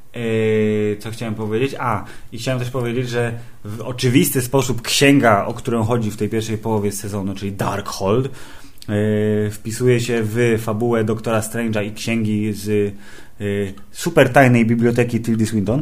Co chciałem powiedzieć? I chciałem też powiedzieć, że w oczywisty sposób księga, o którą chodzi w tej pierwszej połowie sezonu, czyli Darkhold, wpisuje się w fabułę Doktora Strange'a i księgi z super tajnej biblioteki Tildy Swinton.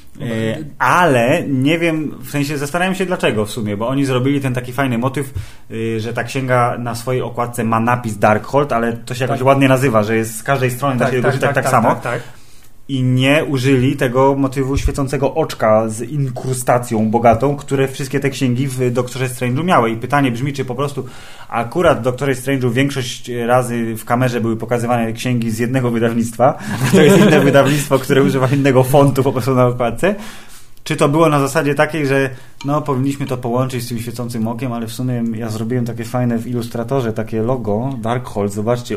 Ale nie wiem, w sensie zastanawiam się dlaczego w sumie, bo oni zrobili ten taki fajny motyw, że ta księga na swojej okładce ma napis Darkhold, ale to się jakoś ładnie nazywa, że jest z każdej strony da się go czytać tak samo. I nie użyli tego motywu świecącego oczka z inkrustacją bogatą, które wszystkie te księgi w Doktorze Strange'u miały. I pytanie brzmi, czy po prostu akurat w Doktorze Strange'u większość razy w kamerze były pokazywane księgi z jednego wydawnictwa, to jest inne wydawnictwo, które używa innego fontu po prostu na okładce. Czy to było na zasadzie takiej, że powinniśmy to połączyć z tym świecącym okiem, ale w sumie ja zrobiłem takie fajne w Illustratorze, takie logo Darkhold, zobaczcie.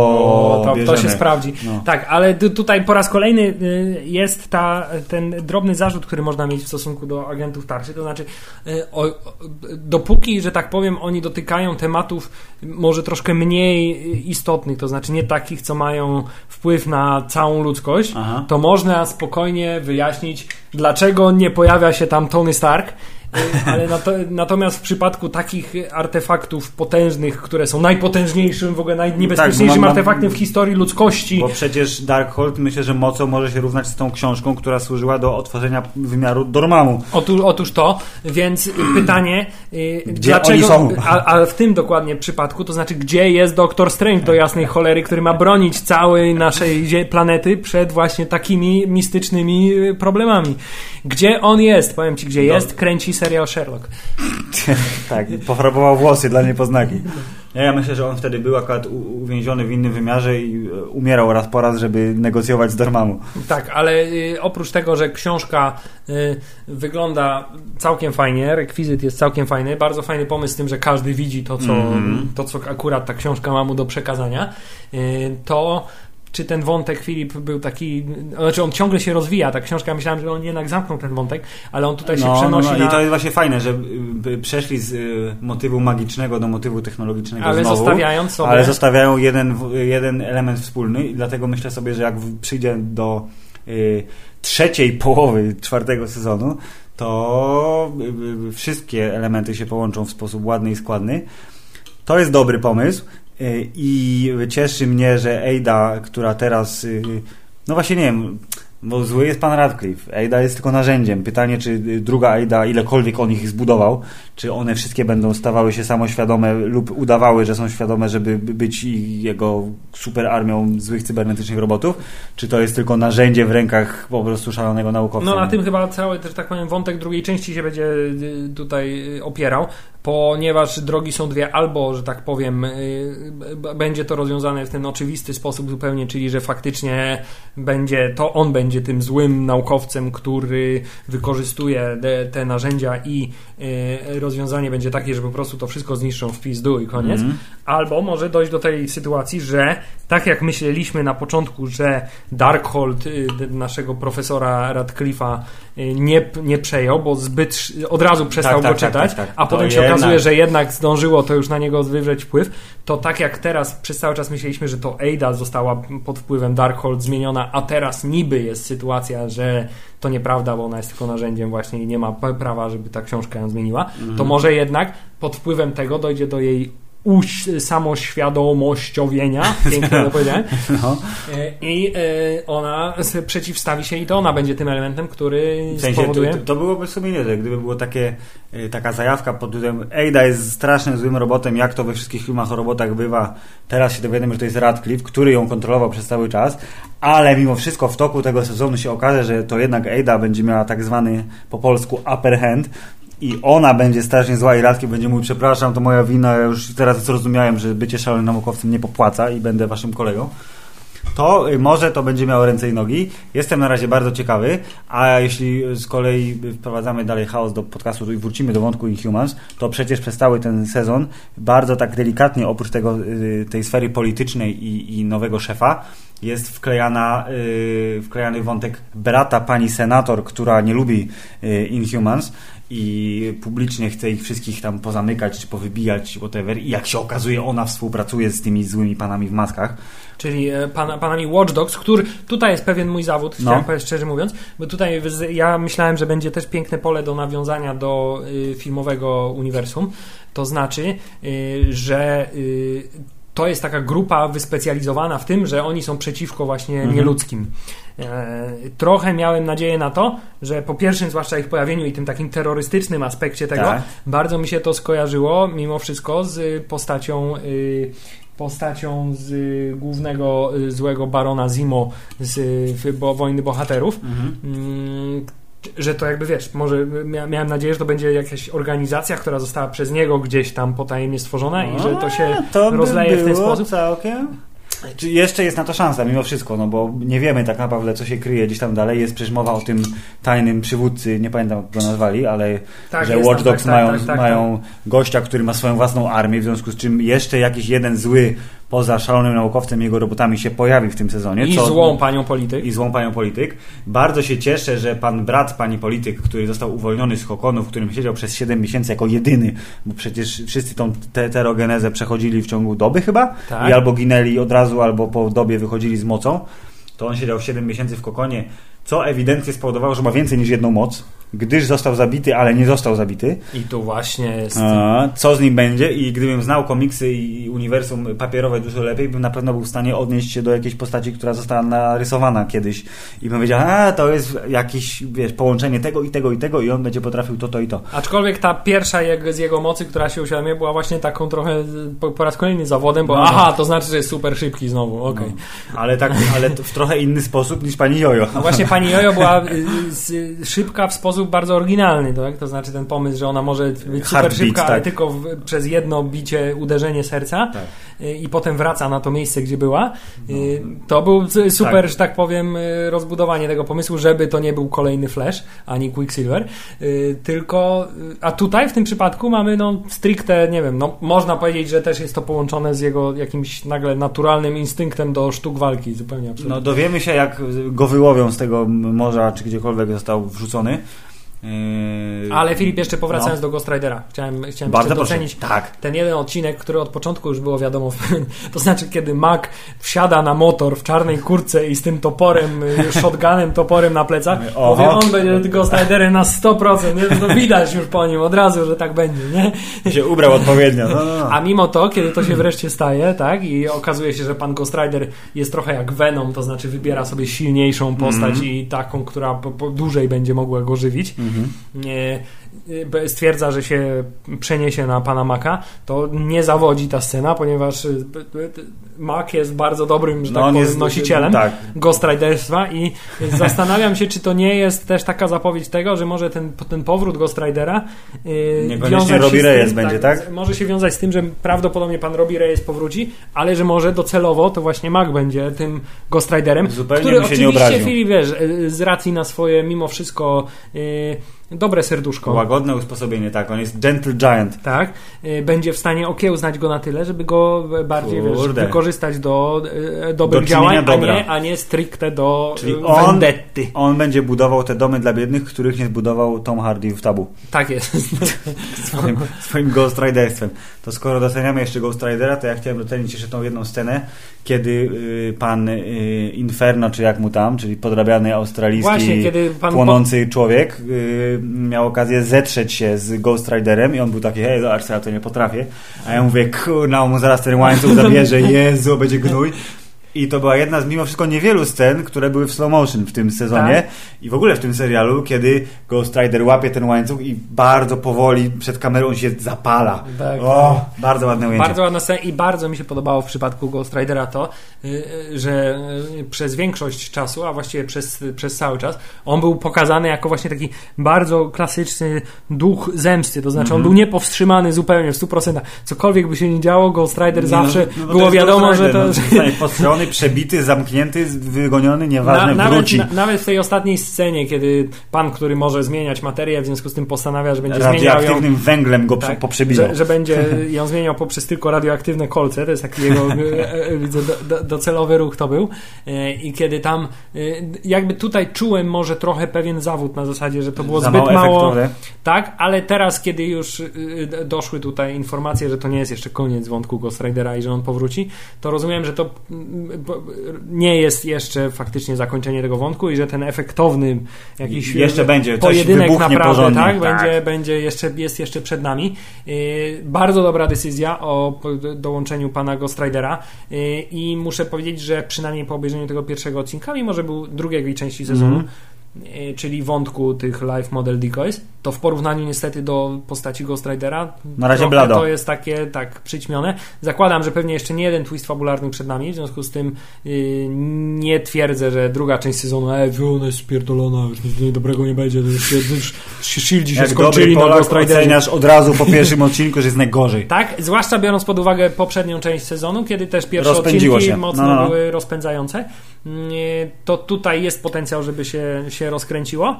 To się sprawdzi. Tak, ale tutaj po raz kolejny jest ten drobny zarzut, który można mieć w stosunku do agentów tarczy, to znaczy dopóki, że tak powiem, oni dotykają tematów może troszkę mniej istotnych, to znaczy nie takich, co mają wpływ na całą ludzkość, to można spokojnie wyjaśnić, dlaczego nie pojawia się tam Tony Stark, ale natomiast w przypadku takich artefaktów potężnych, które są najpotężniejszym, w ogóle najniebezpieczniejszym artefaktem w historii ludzkości. Bo przecież Darkhold, myślę, że mocą może się równać z tą książką, która służyła do otworzenia wymiaru Dormammu. Otóż to, więc pytanie, gdzie dlaczego, oni są? A w tym dokładnie przypadku, to znaczy, gdzie jest Doktor Strange do jasnej cholery, który ma bronić całej naszej planety przed właśnie takimi mistycznymi problemami. Gdzie on jest? Powiem ci, gdzie jest. Kręci serial Sherlock. Tak, pofarbował włosy dla niepoznaki. Ja myślę, że on wtedy był akurat uwięziony w innym wymiarze i umierał raz po raz, żeby negocjować z Dormammu. Tak, ale oprócz tego, że książka wygląda całkiem fajnie, rekwizyt jest całkiem fajny, bardzo fajny pomysł z tym, że każdy widzi to, co akurat ta książka ma mu do przekazania, to czy ten wątek, Filip, był taki, znaczy on ciągle się rozwija, ta książka, myślałem, że on jednak zamknął ten wątek, ale on tutaj się przenosi na... I to jest właśnie fajne, że przeszli z motywu magicznego do motywu technologicznego ale znowu, zostawiając sobie... ale zostawiają jeden element wspólny i dlatego myślę sobie, że jak przyjdzie do trzeciej połowy 4. sezonu, to wszystkie elementy się połączą w sposób ładny i składny. To jest dobry pomysł. I cieszy mnie, że Ada, która teraz, no właśnie nie wiem, bo zły jest pan Radcliffe, Ada jest tylko narzędziem. Pytanie, czy druga Ada, ilekolwiek on ich zbudował, czy one wszystkie będą stawały się samoświadome lub udawały, że są świadome, żeby być jego super armią złych cybernetycznych robotów, czy to jest tylko narzędzie w rękach po prostu szalonego naukowca. No na tym chyba cały, że tak powiem, wątek drugiej części się będzie tutaj opierał. ponieważ drogi są dwie, albo, że tak powiem, będzie to rozwiązane w ten oczywisty sposób zupełnie, czyli że faktycznie on będzie tym złym naukowcem, który wykorzystuje te narzędzia i rozwiązanie będzie takie, że po prostu to wszystko zniszczą w pizdu i koniec. Albo może dojść do tej sytuacji, że tak jak myśleliśmy na początku, że Darkhold naszego profesora Radcliffe'a nie przejął, bo od razu przestał go czytać, a potem się okazuje, że jednak zdążyło to już na niego wywrzeć wpływ, to tak jak teraz przez cały czas myśleliśmy, że to Ada została pod wpływem Darkhold zmieniona, a teraz niby jest sytuacja, że to nieprawda, bo ona jest tylko narzędziem właśnie i nie ma prawa, żeby ta książka ją zmieniła, to może jednak pod wpływem tego dojdzie do jej samoświadomościowienia, pięknie to powiedziałem, i ona przeciwstawi się i to ona będzie tym elementem, który w sensie spowoduje... To byłoby w sumie niezłe, gdyby było taka zajawka pod tytułem Ada jest strasznym złym robotem, jak to we wszystkich filmach o robotach bywa. Teraz się dowiadujemy, że to jest Radcliffe, który ją kontrolował przez cały czas, ale mimo wszystko w toku tego sezonu się okaże, że to jednak Ada będzie miała tak zwany po polsku upper hand, i ona będzie strasznie zła i Radcliffe będzie mówił, przepraszam, to moja wina, ja już teraz zrozumiałem, że bycie szalonym naukowcem nie popłaca i będę waszym kolegą. To może to będzie miało ręce i nogi. Jestem na razie bardzo ciekawy, a jeśli z kolei wprowadzamy dalej chaos do podcastu i wrócimy do wątku Inhumans, to przecież przez cały ten sezon bardzo tak delikatnie, oprócz tej sfery politycznej i nowego szefa, jest wklejany wątek brata pani senator, która nie lubi Inhumans i publicznie chce ich wszystkich tam pozamykać, czy powybijać, whatever. I jak się okazuje, ona współpracuje z tymi złymi panami w maskach. Czyli panami Watch Dogs, który tutaj jest pewien mój zawód, chciałem powiedzieć szczerze mówiąc, bo tutaj ja myślałem, że będzie też piękne pole do nawiązania do filmowego uniwersum. To znaczy, że to jest taka grupa wyspecjalizowana w tym, że oni są przeciwko właśnie nieludzkim. Trochę miałem nadzieję na to, że po pierwszym zwłaszcza ich pojawieniu i tym takim terrorystycznym aspekcie tego, bardzo mi się to skojarzyło mimo wszystko z postacią z głównego złego barona Zimo z Wojny Bohaterów. Że to jakby wiesz, może miałem nadzieję, że to będzie jakaś organizacja, która została przez niego gdzieś tam potajemnie stworzona i że to się rozleje w ten sposób. Całkiem. Czy jeszcze jest na to szansa mimo wszystko, no bo nie wiemy tak naprawdę, co się kryje gdzieś tam dalej. Jest przecież mowa o tym tajnym przywódcy, nie pamiętam jak go nazwali, ale że Watch Dogs mają gościa, który ma swoją własną armię, w związku z czym jeszcze jakiś jeden zły poza szalonym naukowcem i jego robotami się pojawi w tym sezonie. I złą panią polityk. Bardzo się cieszę, że brat pani polityk, który został uwolniony z kokonu, w którym siedział przez 7 miesięcy jako jedyny, bo przecież wszyscy tą heterogenezę przechodzili w ciągu doby chyba i albo ginęli od razu, albo po dobie wychodzili z mocą. To on siedział 7 miesięcy w kokonie, co ewidentnie spowodowało, że ma więcej niż jedną moc, gdyż został zabity, ale nie został zabity. I tu właśnie jest... Co z nim będzie? I gdybym znał komiksy i uniwersum papierowe dużo lepiej, bym na pewno był w stanie odnieść się do jakiejś postaci, która została narysowana kiedyś. I bym wiedział, to jest jakieś, połączenie tego i tego i tego i on będzie potrafił to i to. Aczkolwiek ta pierwsza z jego mocy, która się uświadomiła, była właśnie taką trochę po raz kolejny zawodem, bo to znaczy, że jest super szybki znowu, okej. No. Ale w trochę inny sposób niż pani Jojo. No właśnie pani Jojo była szybka w sposób bardzo oryginalny, tak? To znaczy ten pomysł, że ona może być super szybka, ale tylko przez jedno bicie, uderzenie serca i potem wraca na to miejsce, gdzie była. To był super, że tak powiem, rozbudowanie tego pomysłu, żeby to nie był kolejny Flash, ani Quicksilver, tylko, a tutaj w tym przypadku mamy stricte, nie wiem, można powiedzieć, że też jest to połączone z jego jakimś nagle naturalnym instynktem do sztuk walki, zupełnie absolutnie. No dowiemy się, jak go wyłowią z tego morza, czy gdziekolwiek został wrzucony. Ale Filip, jeszcze powracając do Ghost Ridera, chciałem jeszcze docenić ten jeden odcinek, który od początku już było wiadomo, to znaczy kiedy Mac wsiada na motor w czarnej kurtce i z tym toporem, shotgunem, toporem na plecach, mówię, on będzie Ghost Riderem na 100%, nie? To widać już po nim od razu, że tak będzie, nie? Się ubrał odpowiednio. A mimo to, kiedy to się wreszcie staje, tak, i okazuje się, że pan Ghost Rider jest trochę jak Venom, to znaczy wybiera sobie silniejszą postać i taką, która dłużej będzie mogła go żywić. stwierdza, że się przeniesie na pana Maca, to nie zawodzi ta scena, ponieważ Mac jest bardzo dobrym, że tak powiem, nosicielem Ghost Riderstwa i zastanawiam się, czy to nie jest też taka zapowiedź tego, że może ten powrót Ghost Ridera niekoniecznie Robbie Reyes będzie, tak? Może się wiązać z tym, że prawdopodobnie pan Robbie Reyes powróci, ale że może docelowo to właśnie Mac będzie tym Ghost Riderem, zupełnie który się oczywiście, nie obraził. Filip, wiesz, z racji na swoje mimo wszystko dobre serduszko. Łagodne usposobienie, tak. On jest Gentle Giant. Tak. Będzie w stanie okiełznać go na tyle, żeby go bardziej wykorzystać do dobrych działań, a nie stricte do vendetty. On będzie budował te domy dla biednych, których nie zbudował Tom Hardy w Tabu. Tak jest. swoim Ghost Riderstwem. To skoro doceniamy jeszcze Ghost Ridera, to ja chciałem docenić jeszcze tą jedną scenę, kiedy pan Inferno, czy jak mu tam, czyli podrabiany australijski płonący człowiek miał okazję zetrzeć się z Ghost Riderem i on był taki, hej, zobacz, ja to nie potrafię. A ja mówię, kurna, on mu zaraz ten łańcuch zabierze, Jezu, będzie gnój. I to była jedna z mimo wszystko niewielu scen, które były w slow motion w tym sezonie i w ogóle w tym serialu, kiedy Ghost Rider łapie ten łańcuch i bardzo powoli przed kamerą się zapala. Tak. Bardzo ładne ujęcie. Bardzo ładna scena i bardzo mi się podobało w przypadku Ghost Ridera to, że przez większość czasu, a właściwie przez cały czas, on był pokazany jako właśnie taki bardzo klasyczny duch zemsty, to znaczy on był niepowstrzymany zupełnie w 100%. Cokolwiek by się nie działo, Ghost Rider zawsze było wiadomo, że to... przebity, zamknięty, wygoniony, nieważne, wróci. Nawet w tej ostatniej scenie, kiedy pan, który może zmieniać materię, w związku z tym postanawia, że będzie zmieniał ją... radioaktywnym węglem go poprzebijał. Że będzie ją zmieniał poprzez tylko radioaktywne kolce, to jest taki jego docelowy ruch to był. I kiedy tam jakby tutaj czułem może trochę pewien zawód na zasadzie, że to było zbyt mało... Tak, ale teraz, kiedy już doszły tutaj informacje, że to nie jest jeszcze koniec wątku Ghost Ridera i że on powróci, to rozumiem, że to nie jest jeszcze faktycznie zakończenie tego wątku i że ten efektowny jakiś jeszcze będzie pojedynek naprawdę porządnie, jest jeszcze przed nami. Bardzo dobra decyzja o dołączeniu pana Ghost Ridera i muszę powiedzieć, że przynajmniej po obejrzeniu tego pierwszego odcinka, mimo że był drugiej części sezonu, czyli wątku tych live model decoys, to w porównaniu niestety do postaci Ghost Ridera na razie blado. To jest takie tak przyćmione. Zakładam, że pewnie jeszcze nie jeden twist fabularny przed nami, w związku z tym nie twierdzę, że druga część sezonu ona jest spierdolona, już nic dobrego nie będzie, już Shieldzi się skończyli na Ghost Riderze. Oceniasz od razu po pierwszym odcinku, że jest najgorzej. Tak, zwłaszcza biorąc pod uwagę poprzednią część sezonu, kiedy też pierwsze odcinki mocno były rozpędzające. To tutaj jest potencjał, żeby się rozkręciło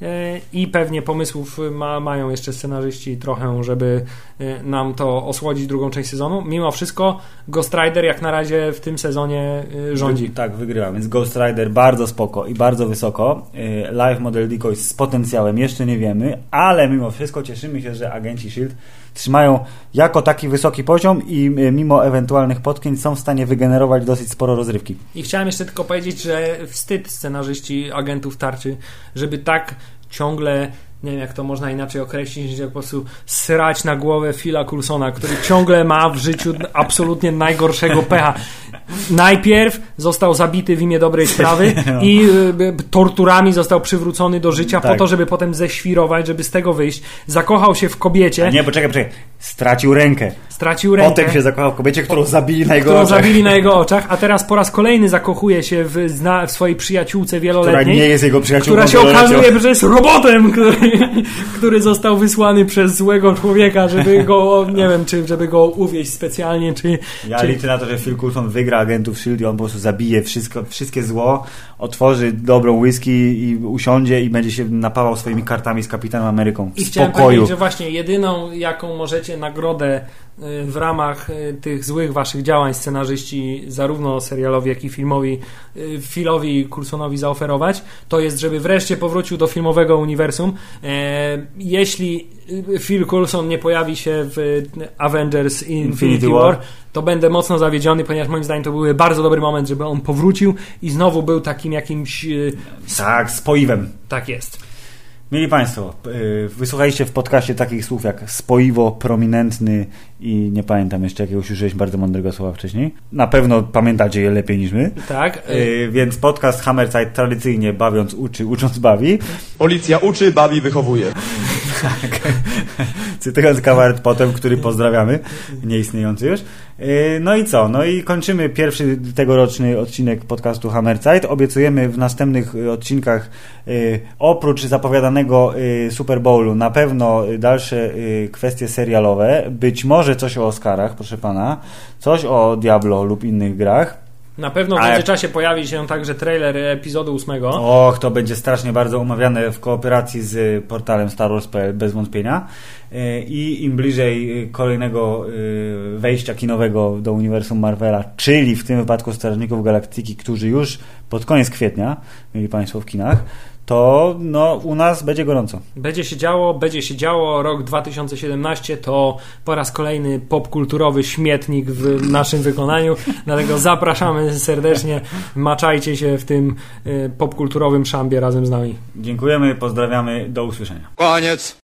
i pewnie pomysłów mają jeszcze scenarzyści trochę, żeby nam to osłodzić drugą część sezonu. Mimo wszystko Ghost Rider jak na razie w tym sezonie rządzi. Tak, wygrywa, więc Ghost Rider bardzo spoko i bardzo wysoko. Live Model Decoy z potencjałem jeszcze nie wiemy, ale mimo wszystko cieszymy się, że agenci S.H.I.E.L.D. trzymają jako taki wysoki poziom i mimo ewentualnych potknięć są w stanie wygenerować dosyć sporo rozrywki. I chciałem jeszcze tylko powiedzieć, że wstyd scenarzyści agentów tarczy, żeby tak ciągle, nie wiem jak to można inaczej określić, niż po prostu srać na głowę Phila Coulsona, który ciągle ma w życiu absolutnie najgorszego pecha. Najpierw został zabity w imię dobrej sprawy i torturami został przywrócony do życia po to, żeby potem ześwirować, żeby z tego wyjść. Zakochał się w kobiecie. Nie, poczekaj. Stracił rękę. Potem się zakochał w kobiecie, którą zabili na jego oczach. A teraz po raz kolejny zakochuje się w swojej przyjaciółce wieloletniej. Która nie jest jego przyjaciółką. Która się okazuje, że jest robotem, który został wysłany przez złego człowieka, żeby go, nie wiem, czy żeby go uwieźć specjalnie, czy... Ja liczę na to, że Phil Coulson wygra agentów S.H.I.E.L.D. i on po prostu zabije wszystkie zło, otworzy dobrą whisky i usiądzie i będzie się napawał swoimi kartami z Kapitanem Ameryką w I spokoju. chciałem powiedzieć, że właśnie jedyną, jaką możecie nagrodę w ramach tych złych waszych działań scenarzyści, zarówno serialowi, jak i filmowi, Philowi Coulsonowi zaoferować, to jest, żeby wreszcie powrócił do filmowego uniwersum. Jeśli Phil Coulson nie pojawi się w Avengers Infinity War, to będę mocno zawiedziony, ponieważ moim zdaniem to był bardzo dobry moment, żeby on powrócił i znowu był takim jakimś... Tak, spoiwem. Tak jest. Mieli Państwo, wysłuchaliście w podcaście takich słów jak spoiwo, prominentny i nie pamiętam jeszcze jakiegoś użyłeś bardzo mądrego słowa wcześniej. Na pewno pamiętacie je lepiej niż my. Tak. Więc podcast Hammerzeit tradycyjnie bawiąc uczy, ucząc bawi. Policja uczy, bawi, wychowuje. Tak. Cytując kabaret potem, który pozdrawiamy, nieistniejący już. No i co? No i kończymy pierwszy tegoroczny odcinek podcastu Hammerzeit. Obiecujemy w następnych odcinkach oprócz zapowiadanego Super Bowlu na pewno dalsze kwestie serialowe. Być może coś o Oscarach, proszę pana. Coś o Diablo lub innych grach. Na pewno w międzyczasie pojawi się także trailer epizodu 8. Och, to będzie strasznie bardzo omawiane w kooperacji z portalem Star Wars.pl, bez wątpienia. I im bliżej kolejnego wejścia kinowego do uniwersum Marvela, czyli w tym wypadku Strażników Galaktyki, którzy już pod koniec kwietnia mieli Państwo w kinach, to no, u nas będzie gorąco. Będzie się działo. Rok 2017 to po raz kolejny popkulturowy śmietnik w naszym wykonaniu, dlatego zapraszamy serdecznie, maczajcie się w tym popkulturowym szambie razem z nami. Dziękujemy, pozdrawiamy, do usłyszenia. Koniec.